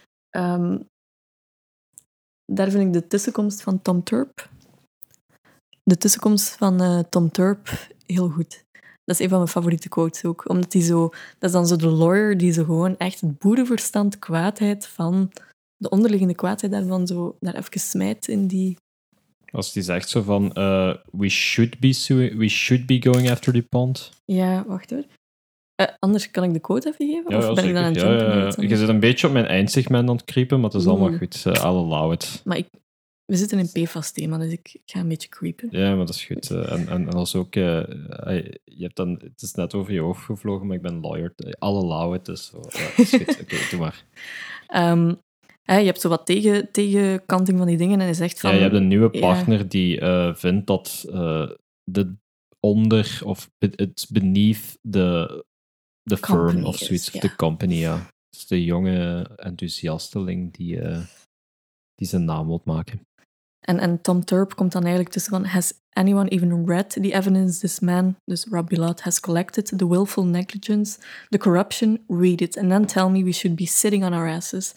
Daar vind ik de tussenkomst van Tom Turp. De tussenkomst van Tom Turp heel goed. Dat is een van mijn favoriete quotes ook. Omdat hij zo... Dat is dan zo de lawyer die zo gewoon echt het boerenverstand kwaadheid van... De onderliggende kwaadheid daarvan zo daar even smijt in die... Als die zegt zo van... we should be going after DuPont. Ja, wacht hoor. Anders kan ik de quote even geven? Ja, of ben ik dan aan het jumpen naar iets Je anders? zit een beetje op mijn eindsegment aan het creepen, maar het is allemaal goed. I'll allow it. Maar we zitten in PFAS-thema, dus ik ga een beetje creepen. Ja, maar dat is goed. En als ook... je hebt dan, het is net over je hoofd gevlogen, maar ik ben lawyer. I'll allow it, dus zo. Ja, dat is goed. Oké, doe maar. Je hebt zo wat tegenkanting van die dingen en hij zegt van... Ja, je hebt een nieuwe partner die vindt dat dit onder of it's beneath de firm of zoiets, of de company, ja. Het is de jonge enthousiasteling die zijn naam wil maken. En Tom Turp komt dan eigenlijk tussen van... Has anyone even read the evidence this man, dus Rob Bilott, has collected? The willful negligence, the corruption? Read it. And then tell me we should be sitting on our asses.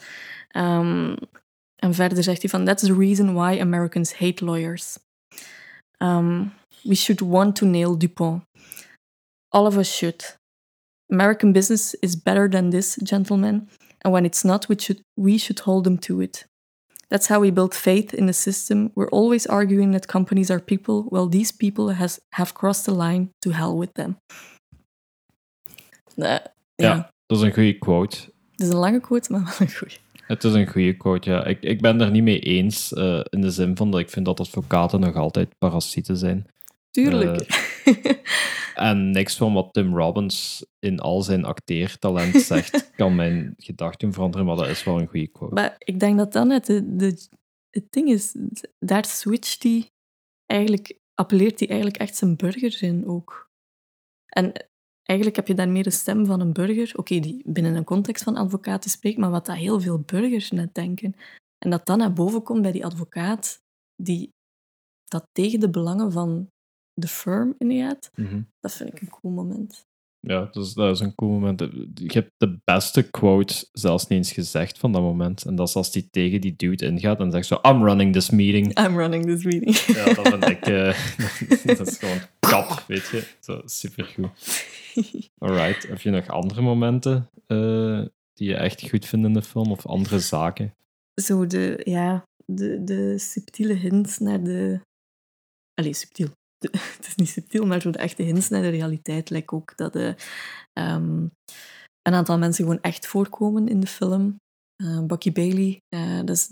En verder zegt hij van... That's the reason why Americans hate lawyers. We should want to nail DuPont. All of us should. American business is better than this, gentlemen. And when it's not, we should hold them to it. That's how we build faith in the system. We're always arguing that companies are people. Well, these people have crossed the line. To hell with them. Ja, dat is een goede quote. Het is een lange quote, maar wel een goeie. Het is een goede quote, ja. Ik ben er niet mee eens, in de zin van dat ik vind dat advocaten nog altijd parasieten zijn. Tuurlijk. En niks van wat Tim Robbins in al zijn acteertalent zegt, kan mijn gedachten veranderen, maar dat is wel een goede quote. Maar ik denk dat dan het ding is, daar switcht hij eigenlijk, appelleert hij eigenlijk echt zijn burger in ook. En eigenlijk heb je daar meer een stem van een burger, oké, die binnen een context van advocaten spreekt, maar wat dat heel veel burgers net denken. En dat dan naar boven komt bij die advocaat, die dat tegen de belangen van de firm ingaat, dat vind ik een cool moment. Ja, dat is een cool moment. Je hebt de beste quote zelfs niet eens gezegd van dat moment. En dat is als die tegen die dude ingaat en zegt zo, I'm running this meeting. I'm running this meeting. Ja, dat vind ik... dat is gewoon kap, weet je. Zo, supergoed. Alright. Heb je nog andere momenten die je echt goed vindt in de film? Of andere zaken? Zo de subtiele hints naar de... Allee, subtiel. Het is niet subtiel, maar zo de echte hints naar de realiteit lijkt ook dat een aantal mensen gewoon echt voorkomen in de film. Bucky Bailey, dat is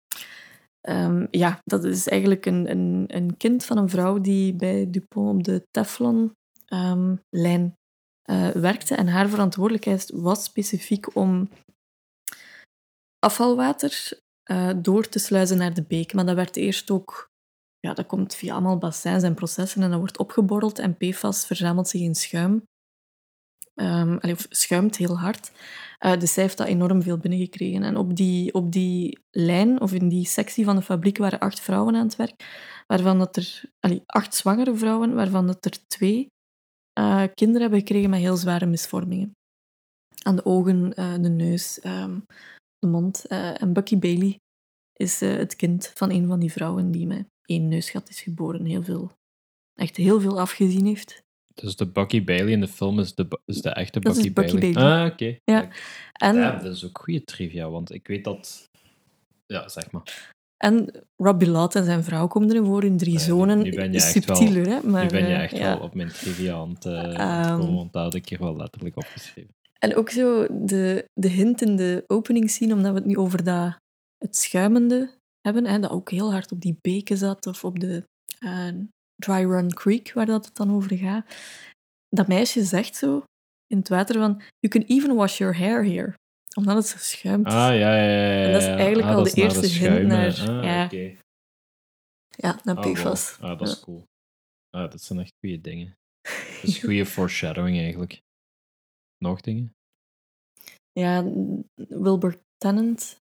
dat is eigenlijk een kind van een vrouw die bij Dupont op de Teflon-lijn werkte. En haar verantwoordelijkheid was specifiek om afvalwater door te sluizen naar de beek. Maar dat werd eerst ook... Ja, dat komt via allemaal bassins en processen en dat wordt opgeborreld en PFAS verzamelt zich in schuim. Of schuimt heel hard. Dus zij heeft dat enorm veel binnengekregen. En op die lijn, of in die sectie van de fabriek, waren 8 vrouwen aan het werk. Waarvan dat er... 8 zwangere vrouwen, waarvan dat er 2 kinderen hebben gekregen met heel zware misvormingen. Aan de ogen, de neus, de mond. En Bucky Bailey is het kind van een van die vrouwen die met 1 neusgat is geboren. Echt heel veel afgezien heeft. Dus de Bucky Bailey in de film is de echte Dat Bucky is Bucky Bailey. Bailey. Ah, oké. Ja. En, Ja, dat is ook goede trivia, want ik weet dat... Ja, zeg maar. en Robbie Lott en zijn vrouw komen erin voor in 3 zonen. Nu ben je echt Subtieler, wel, hè? Maar, nu ben je echt ja. wel op mijn trivia aan het komen, want dat had ik hier wel letterlijk opgeschreven. En ook zo de hint in de opening scene, omdat we het nu over het schuimende hebben, hè, dat ook heel hard op die beken zat, of op de Dry Run Creek, waar dat het dan over gaat. Dat meisje zegt zo in het water van, you can even wash your hair here. Omdat het zo schuimt. Ah, ja. En dat is eigenlijk al de eerste hint naar... Oké. Ja, naar PFAS. Wow. Dat is cool. Dat zijn echt goede dingen. Dat is goede foreshadowing eigenlijk. Nog dingen? Ja, Wilbur Tennant...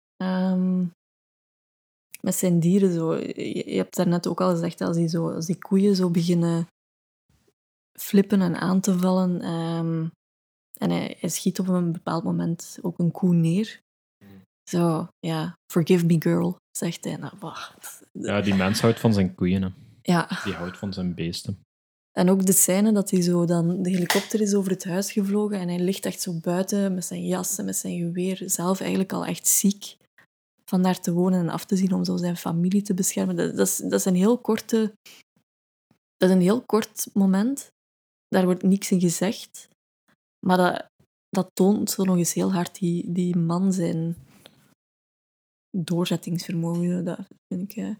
met zijn dieren zo. Je hebt daarnet ook al gezegd, als die koeien zo beginnen flippen en aan te vallen. En hij schiet op een bepaald moment ook een koe neer. Zo, ja, forgive me girl, zegt hij. Nou, wacht. Ja, die mens houdt van zijn koeien. Hè. Ja. Die houdt van zijn beesten. En ook de scène dat hij zo dan... De helikopter is over het huis gevlogen en hij ligt echt zo buiten met zijn jas en met zijn geweer. Zelf eigenlijk al echt ziek. Van daar te wonen en af te zien om zo zijn familie te beschermen. Dat is een heel korte... Dat is een heel kort moment. Daar wordt niks in gezegd. Maar dat toont zo nog eens heel hard die man zijn doorzettingsvermogen. Dat vind ik...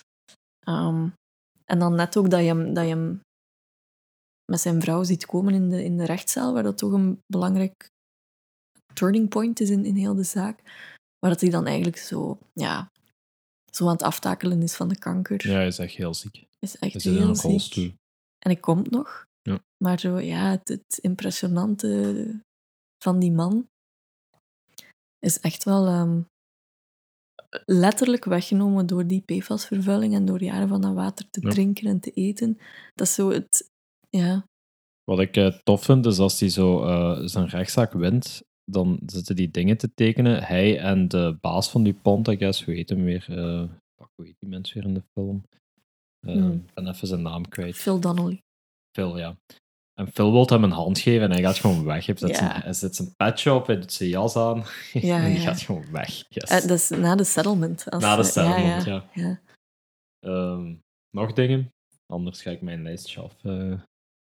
en dan net ook dat je hem met zijn vrouw ziet komen in de rechtszaal, waar dat toch een belangrijk turning point is in heel de zaak. Waar dat hij dan eigenlijk zo aan het aftakelen is van de kanker. Ja, hij is echt heel ziek. Is echt hij zit in heel een ziek. rolstoel. En hij komt nog. Ja. Maar zo, ja, het impressionante van die man is echt wel letterlijk weggenomen door die PFAS-vervuiling en door jaren van dat water te drinken en te eten. Dat is zo het... Ja. Wat ik tof vind, is als hij zo zijn rechtszaak wint, dan zitten die dingen te tekenen. Hij en de baas van die pont, I guess, hoe heet hem weer? Hoe heet die mens weer in de film? Ik ben even zijn naam kwijt. Phil Donnelly. Phil, ja. En Phil wil hem een hand geven en hij gaat gewoon weg. Hij zet zijn petje op, hij doet zijn jas aan en hij gaat gewoon weg. Yes. Dat is na de settlement. Na de settlement, ja. Nog dingen? Anders ga ik mijn lijstje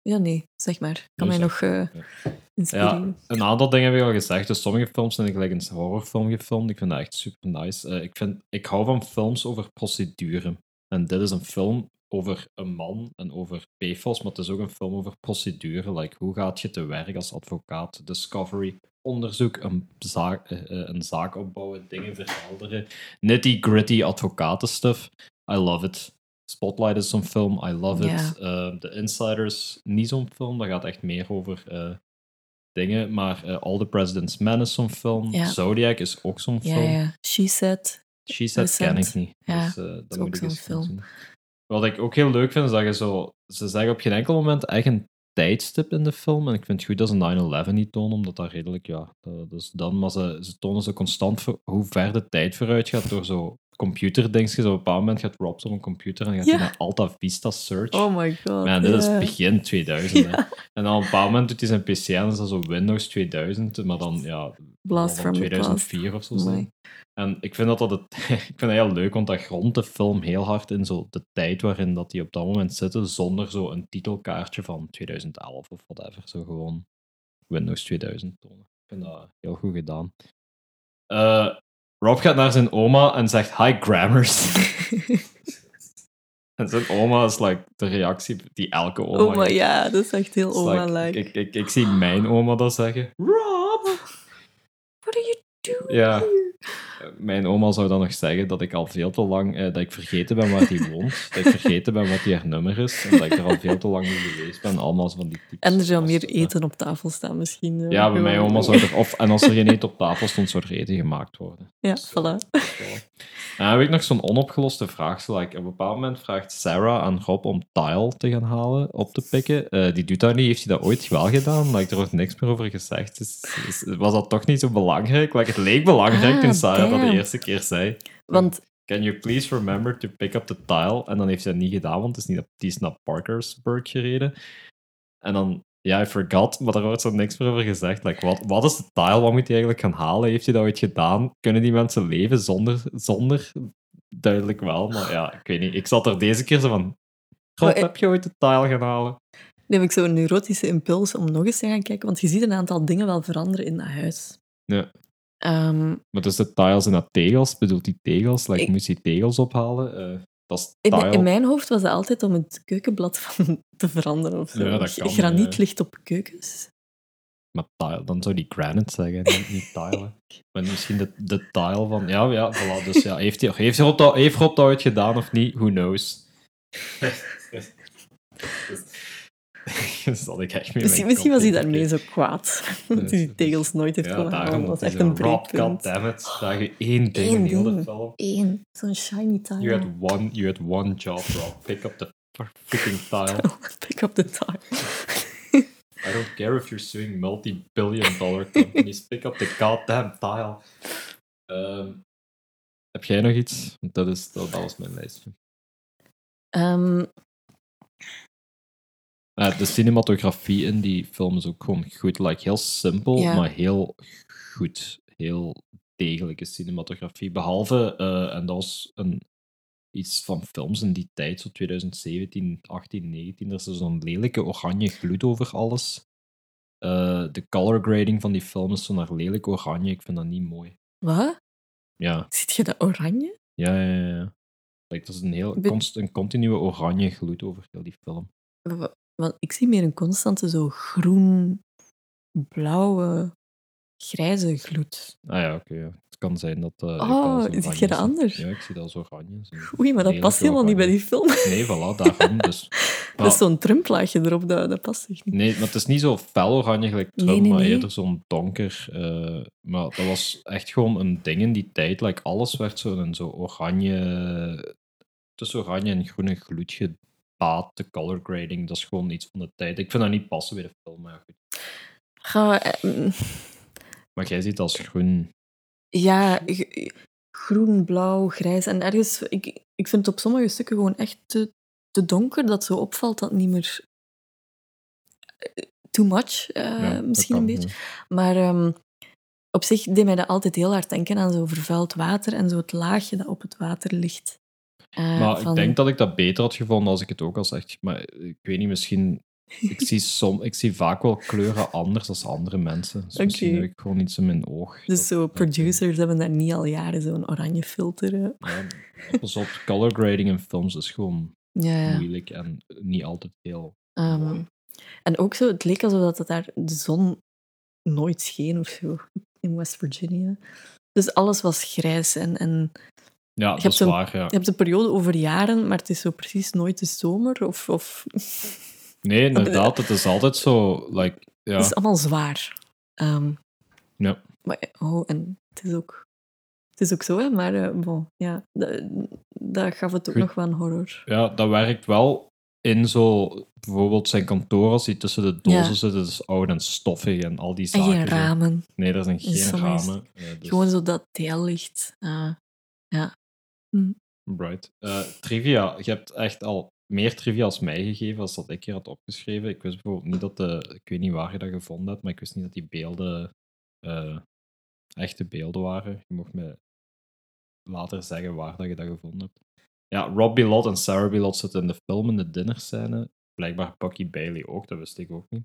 Ja, nee, zeg maar. Kan Dus, mij nog inspireren. Ja, een aantal dingen heb ik al gezegd. Dus sommige films zijn gelijk een horrorfilm gefilmd. Ik vind dat echt super nice. Ik hou van films over procedure. En dit is een film over een man en over PFAS, maar het is ook een film over procedure. Like, hoe gaat je te werk als advocaat? Discovery, onderzoek, een zaak opbouwen, dingen verhelderen. Nitty-gritty advocatenstuff. I love it. Spotlight is zo'n film, I love it. The Insiders, niet zo'n film. Dat gaat echt meer over dingen. Maar All the President's Men is zo'n film. Ja. Zodiac is ook zo'n film. Ja. She Said. She Said ken ik niet. Ja, Dus, is dat ook moet ik zo'n eens gaan film. zien. Wat ik ook heel leuk vind, is dat je zo... Ze zeggen op geen enkel moment echt een tijdstip in de film. En ik vind het goed dat ze 9/11 niet tonen, omdat dat redelijk... Ja, dat is dan. Maar ze tonen zo constant hoe ver de tijd vooruit gaat door zo computerdingetjes. Op een bepaald moment gaat Rob op een computer en gaat hij naar Alta Vista Search. Oh my god. Man, dit is begin 2000. Hè. En dan op een bepaald moment doet hij zijn PC en is dat zo Windows 2000, maar dan Blast van from the 2004 of zo zijn. Amai. En ik vind ik vind dat heel leuk, want dat grondt de film heel hard in zo de tijd waarin dat die op dat moment zitten, zonder zo een titelkaartje van 2011 of whatever. Zo gewoon Windows 2000 tonen. Ik vind dat heel goed gedaan. Rob gaat naar zijn oma en zegt hi grammars. En zijn oma is like de reactie die elke oma Oma, heeft. ja, dat is echt heel It's oma-like. ik zie mijn oma dat zeggen. Rob! What are you doing Ja. here? Mijn oma zou dan nog zeggen dat ik al veel te lang... dat ik vergeten ben waar hij woont. Dat ik vergeten ben wat haar nummer is. En dat ik er al veel te lang niet geweest ben. Allemaal van die types. En er zou meer eten op tafel staan misschien. Ja, bij mijn oma zou er... En als er geen eten op tafel stond, zou er eten gemaakt worden. Ja, Dus, voilà. En dan heb ik nog zo'n onopgeloste vraag. Like, op een bepaald moment vraagt Sarah aan Rob om Tile te gaan halen, op te pikken. Die doet dat niet. Heeft hij dat ooit wel gedaan? Like, er wordt niks meer over gezegd. Was dat toch niet zo belangrijk? Like, het leek belangrijk toen Sarah dat de eerste keer zei. Want Can you please remember to pick up the tile? En dan heeft hij dat niet gedaan, want die is naar Parkersburg gereden. En dan, I forgot, maar daar wordt zo niks meer over gezegd. Like, wat is de tile? Wat moet hij eigenlijk gaan halen? Heeft hij dat ooit gedaan? Kunnen die mensen leven zonder? Duidelijk wel, maar ja, ik weet niet. Ik zat er deze keer zo van... Rob, heb je ooit de tile gaan halen? nu heb ik zo'n neurotische impuls om nog eens te gaan kijken, want je ziet een aantal dingen wel veranderen in dat huis. Ja. Maar dus de tiles en dat tegels? Bedoelt die tegels? Like, moest hij tegels ophalen? Dat is tile. in mijn hoofd was het altijd om het keukenblad van te veranderen of zo. Ja, dat kan, Graniet ligt op keukens. Maar tile, dan zou die granite zeggen, niet tile. Maar misschien de tile van... Ja, voilà. Dus ja, heeft Rob dat ooit gedaan of niet? Who knows? Dus dat ik echt Misschien was hij daarmee zo kwaad. Dat hij die tegels nooit heeft kunnen halen. Dat was echt een Rob, breekpunt. goddammit. Daar je één ding in heel de film. Eén. Zo'n shiny tile. You had one job, Rob. Pick up the freaking tile. Pick up the tile. I don't care if you're suing multi-billion-dollar companies. Pick up the goddamn tile. Heb jij nog iets? Want dat was mijn lijstje. De cinematografie in die film is ook gewoon goed. Like, heel simpel, maar heel goed. Heel degelijke cinematografie. Behalve, en dat was iets van films in die tijd, zo 2017, 18, 19, er is zo'n lelijke oranje gloed over alles. De color grading van die film is zo naar lelijk oranje. Ik vind dat niet mooi. Wat? Ja. Ziet je dat oranje? Ja. Like, dat is een continue oranje gloed over heel die film. Want ik zie meer een constante zo groen, blauwe, grijze gloed. Ah ja, oké. Ja. Het kan zijn dat... Ziet je dat anders? Ja, ik zie dat als oranje. Oei, maar dat past helemaal niet bij die film. Nee, voilà, daarom. Dus, dat is zo'n Trump-laagje erop, dat past echt niet. Nee, maar het is niet zo fel oranje gelijk Trump, maar eerder zo'n donker. Maar dat was echt gewoon een ding in die tijd. Like, alles werd zo oranje... Tussen oranje en groene gloedje. De color grading, dat is gewoon iets van de tijd. Ik vind dat niet passen bij de film, maar goed. Maar jij ziet het als groen. Ja, groen, blauw, grijs. En ergens, ik vind het op sommige stukken gewoon echt te donker, dat zo opvalt dat niet meer... Too much, misschien een beetje. Maar op zich deed mij dat altijd heel hard denken aan zo vervuild water en zo het laagje dat op het water ligt. Maar ik denk dat ik dat beter had gevonden als ik het ook al zeg. Maar ik weet niet, misschien Ik zie vaak wel kleuren anders dan andere mensen. Dus misschien Oké. heb ik gewoon iets in mijn oog. Dus zo producers hebben daar niet al jaren zo'n oranje filter. Ja, pas op, color grading in films is gewoon Ja. moeilijk en niet altijd heel Ehm, mooi. en ook zo, het leek alsof dat daar de zon nooit scheen of zo in West Virginia. Dus alles was grijs en Ja, je dat hebt is een- waar, ja. je hebt een periode over jaren, maar het is zo precies nooit de zomer of Nee, inderdaad, het is altijd zo, like, ja. het is allemaal zwaar. Ja. Maar, en het is ook zo, hè, maar bon, ja, dat gaf het ook Goed. nog wel een horror. Ja, dat werkt wel in zo, bijvoorbeeld zijn kantoor, als hij tussen de dozen Ja. zit, dat is oud en stoffig en al die En zaken. geen zo. ramen. Nee, er zijn Dus geen sommige is ramen. Dus, Gewoon zo dat teellicht. Ja. Hm. Right. Trivia, je hebt echt al meer trivia als mij gegeven, als dat ik hier had opgeschreven. Ik wist bijvoorbeeld niet ik weet niet waar je dat gevonden hebt, maar ik wist niet dat die beelden echte beelden waren. Je mocht me later zeggen waar dat je dat gevonden hebt. Ja, Rob Bilott en Sarah Bilott zitten in de film in de dinnerscène. Blijkbaar Bucky Bailey ook, dat wist ik ook niet.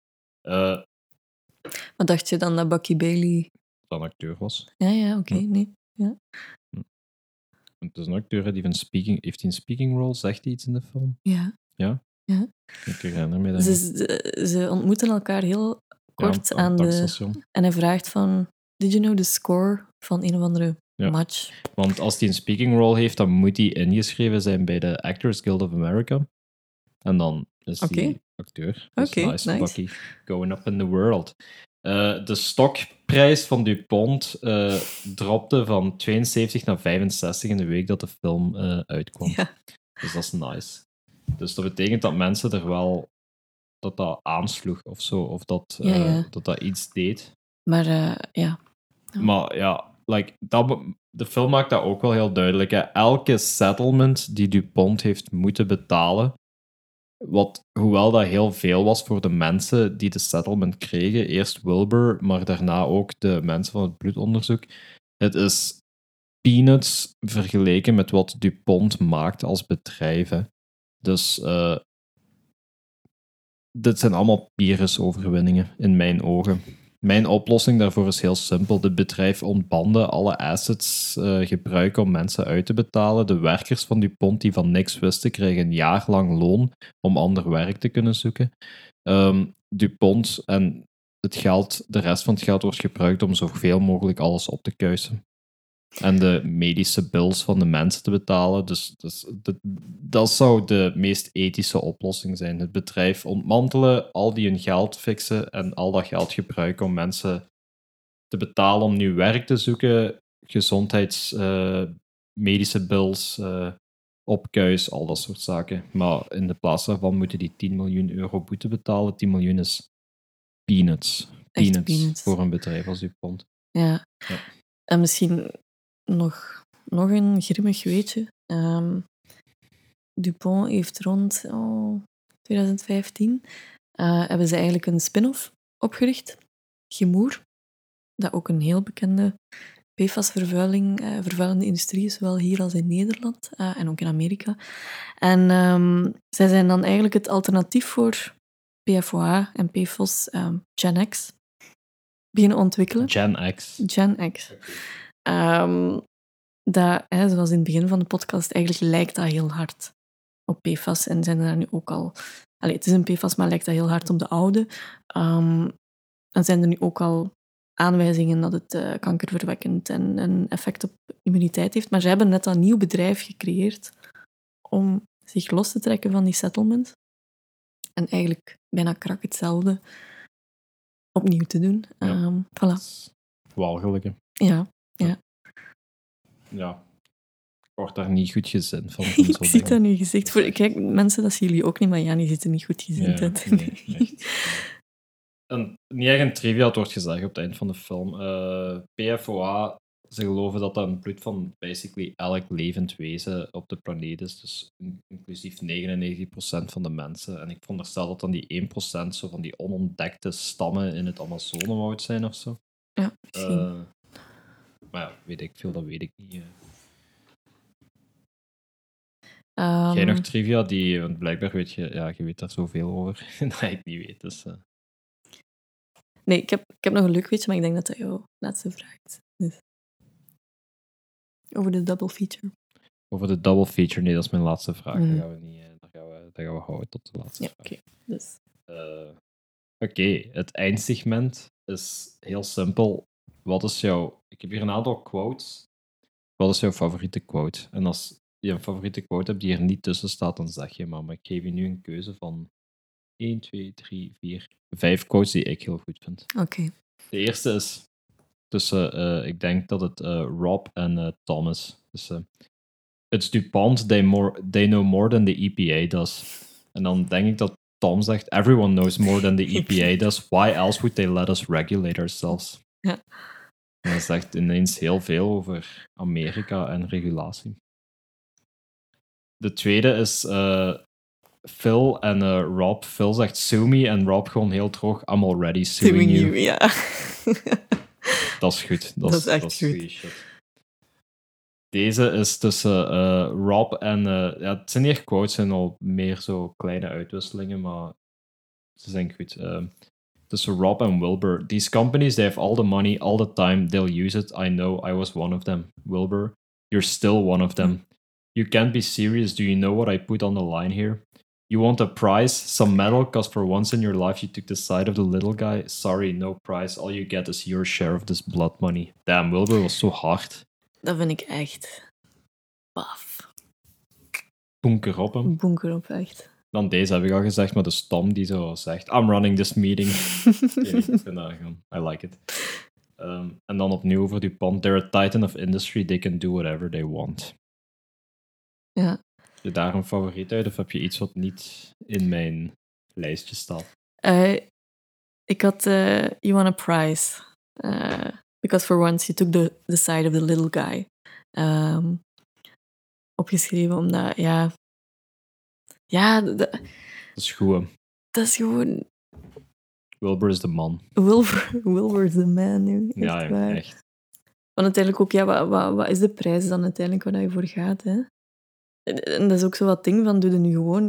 Maar dacht je dan dat Bucky Bailey... Dat een acteur was. Ja, oké, Ja. nee. Ja. Het is een acteur die heeft hij een speaking role, zegt hij iets in de film? Ja. Ik herinner me dat. Ze ontmoeten elkaar heel kort Ja, aan het de... tankstation. En hij vraagt van... Did you know the score van een of andere Ja. match? Want als hij een speaking role heeft, dan moet hij ingeschreven zijn bij de Actors Guild of America. En dan is hij Oké. acteur. Dus Oké, nice, nice. Bucky. Going up in the world. De stokprijs van DuPont dropte van 72 naar 65 in de week dat de film uitkwam. Ja. Dus dat is nice. Dus dat betekent dat mensen er wel... dat aansloeg of zo. Of dat Ja. dat iets deed. Maar ja. Maar ja, de film maakt dat ook wel heel duidelijk. Hè. Elke settlement die DuPont heeft moeten betalen, hoewel dat heel veel was voor de mensen die de settlement kregen, eerst Wilbur, maar daarna ook de mensen van het bloedonderzoek, het is peanuts vergeleken met wat DuPont maakt als bedrijf. Hè. Dus dit zijn allemaal Pyrrhus-overwinningen in mijn ogen. Mijn oplossing daarvoor is heel simpel. Het bedrijf ontbanden alle assets gebruiken om mensen uit te betalen. De werkers van DuPont die van niks wisten, kregen een jaar lang loon om ander werk te kunnen zoeken. DuPont en de rest van het geld wordt gebruikt om zoveel mogelijk alles op te kuisen. En de medische bills van de mensen te betalen. Dus dat zou de meest ethische oplossing zijn. Het bedrijf ontmantelen, al die hun geld fixen en al dat geld gebruiken om mensen te betalen om nieuw werk te zoeken, medische bills, opkuis, al dat soort zaken. Maar in de plaats daarvan moeten die 10 miljoen euro boete betalen. 10 miljoen is peanuts. Echt peanuts. Voor een bedrijf als DuPont. Ja. Ja. En misschien nog een grimmig weetje. DuPont heeft rond 2015 hebben ze eigenlijk een spin-off opgericht. Chemour, dat ook een heel bekende PFAS-vervuilende industrie is, zowel hier als in Nederland en ook in Amerika. En zij zijn dan eigenlijk het alternatief voor PFOA en PFOS, Gen X, beginnen ontwikkelen. Gen X. Gen X. Dat, zoals in het begin van de podcast, eigenlijk lijkt dat heel hard op PFAS. En zijn er daar nu ook al... het is een PFAS, maar lijkt dat heel hard op de oude. En zijn er nu ook al aanwijzingen dat het kankerverwekkend en een effect op immuniteit heeft. Maar ze hebben net een nieuw bedrijf gecreëerd om zich los te trekken van die settlement. En eigenlijk bijna krak hetzelfde opnieuw te doen. Ja. Voilà. Walgelijke. Ja. Ja. Ik word daar niet goed gezind van. Ik zie dat nu gezicht. Kijk, mensen, dat zien jullie ook niet, maar Jani zit er niet goed gezind uit. Nee. Niet echt een trivia, het wordt gezegd op het eind van de film. PFOA, ze geloven dat dat een bloed van basically elk levend wezen op de planeet is. Dus inclusief 99% van de mensen. En ik veronderstel dat dan die 1% zo van die onontdekte stammen in het Amazonewoud zijn of zo. Ja, misschien. Maar ja, weet ik veel, dat weet ik niet. Jij nog trivia? Want blijkbaar weet je weet daar zoveel over dat ik niet weet. Dus, Nee, ik heb nog een leuk weetje, maar ik denk dat dat jouw laatste vraag is. Dus. Over de double feature. Over de double feature, nee, dat is mijn laatste vraag. Dat gaan we niet... Dat gaan we houden tot de laatste vraag. Oké. Dus. Oké, het eindsegment is heel simpel. Ik heb hier een aantal quotes. Wat is jouw favoriete quote? En als je een favoriete quote hebt die er niet tussen staat, dan zeg je maar. Maar ik geef je nu een keuze van 1, 2, 3, 4, 5 quotes die ik heel goed vind. Oké. De eerste is tussen, ik denk dat het Rob en Tom is. Dus, it's DuPont, they know more than the EPA does. En dan denk ik dat Tom zegt, everyone knows more than the EPA does. Why else would they let us regulate ourselves? Ja. En dat zegt ineens heel veel over Amerika en regulatie. De tweede is Phil en Rob. Phil zegt sue me en Rob gewoon heel droog, I'm already suing you. Ja. Dat is goed. Dat is echt goed. Goeie shit. Deze is tussen Rob en... het zijn niet echt quotes, het zijn al meer zo kleine uitwisselingen, maar ze zijn goed. Tussen Rob en Wilbur. These companies, they have all the money, all the time, they'll use it. I know, I was one of them. Wilbur, you're still one of them. You can't be serious. Do you know what I put on the line here? You want a prize? Some medal? Because for once in your life you took the side of the little guy? Sorry, no prize. All you get is your share of this blood money. Damn, Wilbur was zo hard. Dat vind ik echt... Paf. Bunker op hem. Bunker op, echt. Dan deze heb ik al gezegd, maar de Tom die zo zegt, I'm running this meeting. Ik vind dat gewoon, I like it. En dan opnieuw over DuPont. They're a titan of industry, they can do whatever they want. Ja. Heb je daar een favoriet uit, of heb je iets wat niet in mijn lijstje staat? Ik had You Want a Prize. Because for once you took the side of the little guy. Opgeschreven omdat, ja... Ja, Dat is goed, hè. Dat is gewoon... Wilbur is de man. Wilbur is de man, nu. Echt Ja, waar. echt. Want uiteindelijk ook, ja, wat is de prijs dan uiteindelijk waar je voor gaat, hè? En dat is ook zo wat ding van, doe je nu gewoon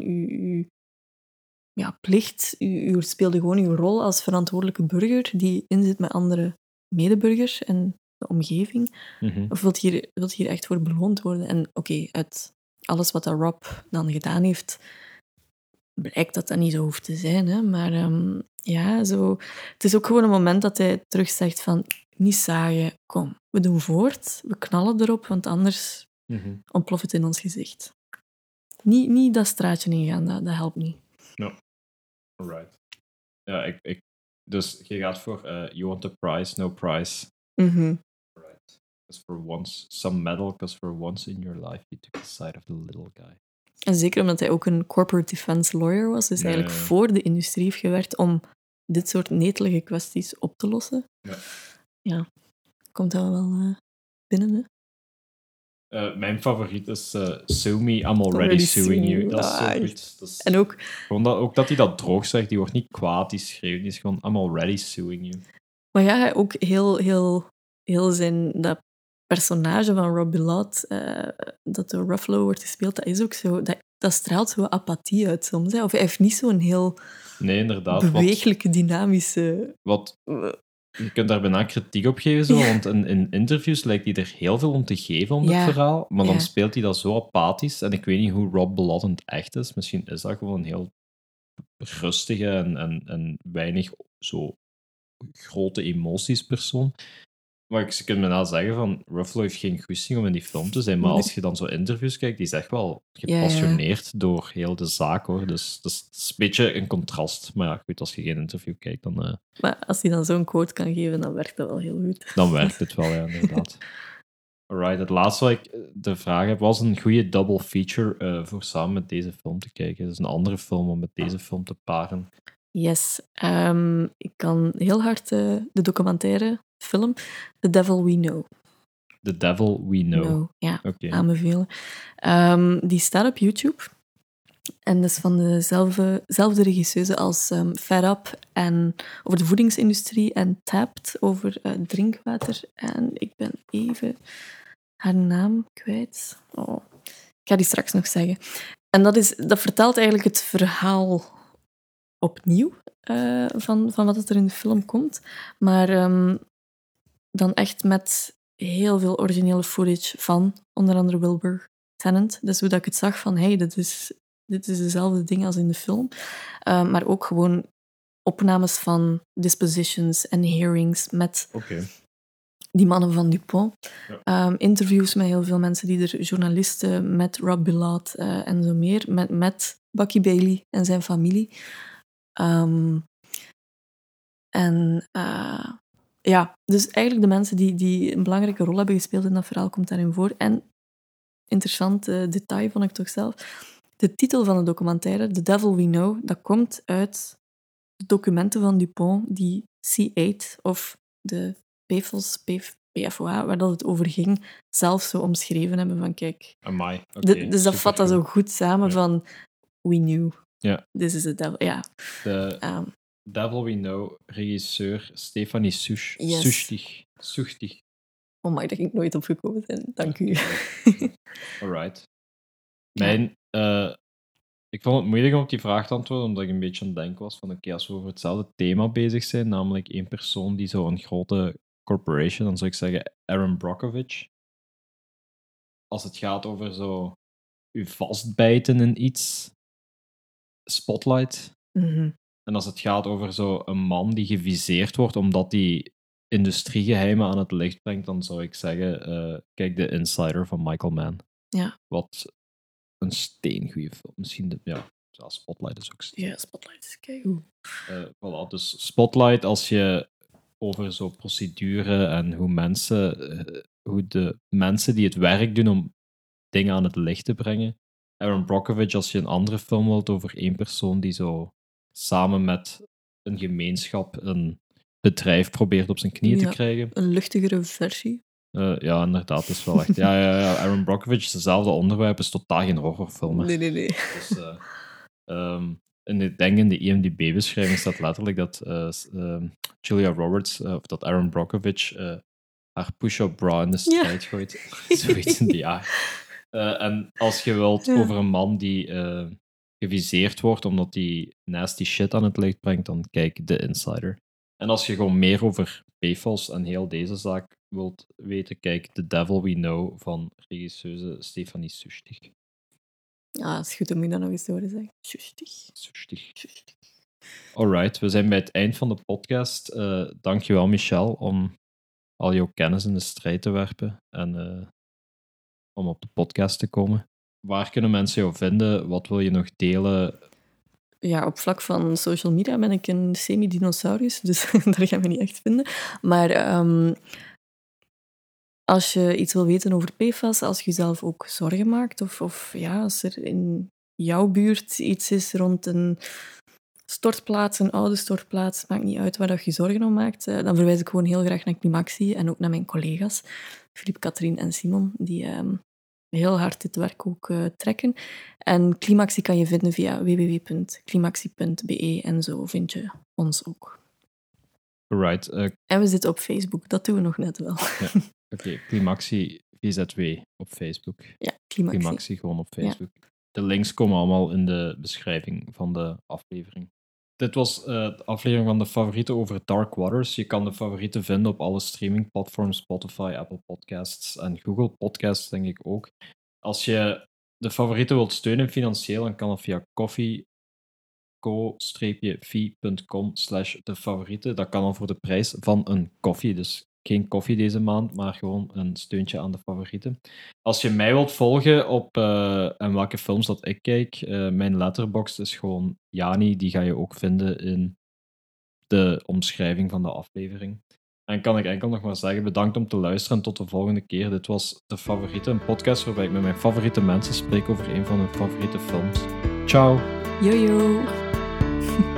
je plicht, je speelde gewoon je rol als verantwoordelijke burger die inzit met andere medeburgers en de omgeving. Mhm. Of wilt je hier echt voor beloond worden? En oké, uit alles wat dat Rob dan gedaan heeft, blijkt dat dat niet zo hoeft te zijn. Hè? Maar ja, zo, het is ook gewoon een moment dat hij terug zegt van, niet zaaien, kom, we doen voort, we knallen erop, want anders ontploft het in ons gezicht. Niet dat straatje ingaan, dat helpt niet. No. Alright. Ja, dus je gaat voor you want a prize, no prize. Mhm. Right. Because for once, some medal, because for once in your life you took the side of the little guy. En zeker omdat hij ook een corporate defense lawyer was, dus eigenlijk voor de industrie heeft gewerkt om dit soort netelige kwesties op te lossen. Ja. Komt dat wel binnen, hè? Mijn favoriet is Sue me, I'm already suing you. Dat is zo goed. Dat is, en ook... Gewoon ook dat hij dat droog zegt, die wordt niet kwaad, die schreeuwt, die is gewoon I'm already suing you. Maar ja, ook heel zijn... Dat personage van Rob Bilott, dat door Ruffalo wordt gespeeld, dat is ook zo... Dat straalt zo apathie uit soms. Hè? Of hij heeft niet zo'n heel bewegelijke, dynamische... Je kunt daar bijna kritiek op geven, zo, want in interviews lijkt hij er heel veel om te geven om het verhaal, maar dan speelt hij dat zo apathisch. En ik weet niet hoe Rob Bilott in het echt is. Misschien is dat gewoon een heel rustige en weinig zo grote emoties persoon. Maar je kunt me nou zeggen van Ruffalo heeft geen goesting om in die film te zijn, maar als je dan zo interviews kijkt, die is echt wel gepassioneerd door heel de zaak, hoor. Dus dat is een beetje een contrast. Maar ja, goed, als je geen interview kijkt, dan... Maar als hij dan zo'n quote kan geven, dan werkt dat wel heel goed. Dan werkt het wel, ja, inderdaad. Alright, het laatste wat ik de vraag heb, was een goede double feature voor samen met deze film te kijken. Dus een andere film om met deze film te paren. Yes. Ik kan heel hard de documentaire film The Devil We Know. The Devil We Know. Ja, okay. Aanbevelen. Die staat op YouTube. En dat is van dezelfde regisseuse als Fed Up en over de voedingsindustrie en Tapped over drinkwater. En ik ben even haar naam kwijt. Oh. Ik ga die straks nog zeggen. En dat vertelt eigenlijk het verhaal opnieuw van wat er in de film komt. Maar dan echt met heel veel originele footage van onder andere Wilbur Tennant. Dus hoe dat ik het zag van, hey, dit is dezelfde ding als in de film. Maar ook gewoon opnames van dispositions en hearings met die mannen van Dupont. Ja. Interviews met heel veel mensen die er journalisten, met Rob Bilott en zo meer. Met Bucky Bailey en zijn familie. Dus eigenlijk de mensen die een belangrijke rol hebben gespeeld in dat verhaal komt daarin voor. En interessant detail vond ik toch zelf. De titel van de documentaire, The Devil We Know, dat komt uit de documenten van Dupont die C8 of de PFOA, waar dat het over ging, zelf zo omschreven hebben van kijk. Amai. Okay, dus dat vat dat zo goed samen van we knew. Ja. This is the devil. Ja. The Devil We Know, regisseur Stefanie Soechtig. Oh my, daar ging ik nooit op gekomen zijn. Dank u. Alright. Ik vond het moeilijk om op die vraag te antwoorden, omdat ik een beetje aan het denken was van oké, als we over hetzelfde thema bezig zijn, namelijk één persoon die zo'n grote corporation, dan zou ik zeggen Aaron Brockovich. Als het gaat over zo u vastbijten in iets, Spotlight. Mm-hmm. En als het gaat over zo een man die geviseerd wordt omdat hij industriegeheimen aan het licht brengt, dan zou ik zeggen, kijk The Insider van Michael Mann. Ja. Wat een steengoeie film. Misschien, Spotlight is ook steen. Ja, Spotlight is keigoed. Voilà, dus Spotlight, als je over zo procedure en hoe de mensen die het werk doen om dingen aan het licht te brengen. Aaron Brockovich, als je een andere film wilt over één persoon die zo samen met een gemeenschap een bedrijf probeert op zijn knieën te krijgen. Een luchtigere versie. Ja, inderdaad, is wel echt. Ja. Aaron Brockovich is hetzelfde onderwerp, is totaal geen horrorfilm. Nee. Dus, ik denk in de IMDb-beschrijving staat letterlijk dat Julia Roberts, of dat Aaron Brockovich haar push-up bra in de strijd gooit. Zoiets in die jaar. En als je wilt over een man die geviseerd wordt omdat hij nasty shit aan het licht brengt, dan kijk The Insider. En als je gewoon meer over PFOS en heel deze zaak wilt weten, kijk The Devil We Know van regisseuse Stefanie Soechtig. Ja, het is goed om je dat nog eens te horen zeggen. Soechtig. Alright, we zijn bij het eind van de podcast. Dankjewel, Michel, om al jouw kennis in de strijd te werpen en om op de podcast te komen. Waar kunnen mensen jou vinden? Wat wil je nog delen? Ja, op vlak van social media ben ik een semi-dinosaurus, dus daar gaan we niet echt vinden. Maar als je iets wil weten over PFAS, als je jezelf ook zorgen maakt, of als er in jouw buurt iets is rond een stortplaats, een oude stortplaats, maakt niet uit waar dat je zorgen om maakt, dan verwijs ik gewoon heel graag naar Climaxie en ook naar mijn collega's, Philippe, Catherine en Simon, die heel hard dit werk ook trekken. En Climaxie kan je vinden via www.climaxie.be en zo vind je ons ook. Right. En we zitten op Facebook, dat doen we nog net wel. Ja. Oké, Climaxie VZW op Facebook. Ja, Climaxie gewoon op Facebook. Ja. De links komen allemaal in de beschrijving van de aflevering. Dit was de aflevering van de favorieten over Dark Waters. Je kan de favorieten vinden op alle streamingplatforms, Spotify, Apple Podcasts en Google Podcasts, denk ik ook. Als je de favorieten wilt steunen financieel, dan kan dat via ko-fi.com/defavorieten. Dat kan al voor de prijs van een koffie. Dus geen koffie deze maand, maar gewoon een steuntje aan de favorieten. Als je mij wilt volgen op en welke films dat ik kijk, mijn letterboxd is gewoon Jani. Die ga je ook vinden in de omschrijving van de aflevering. En kan ik enkel nog maar zeggen, bedankt om te luisteren en tot de volgende keer. Dit was De Favorieten, een podcast waarbij ik met mijn favoriete mensen spreek over een van hun favoriete films. Ciao! Yo.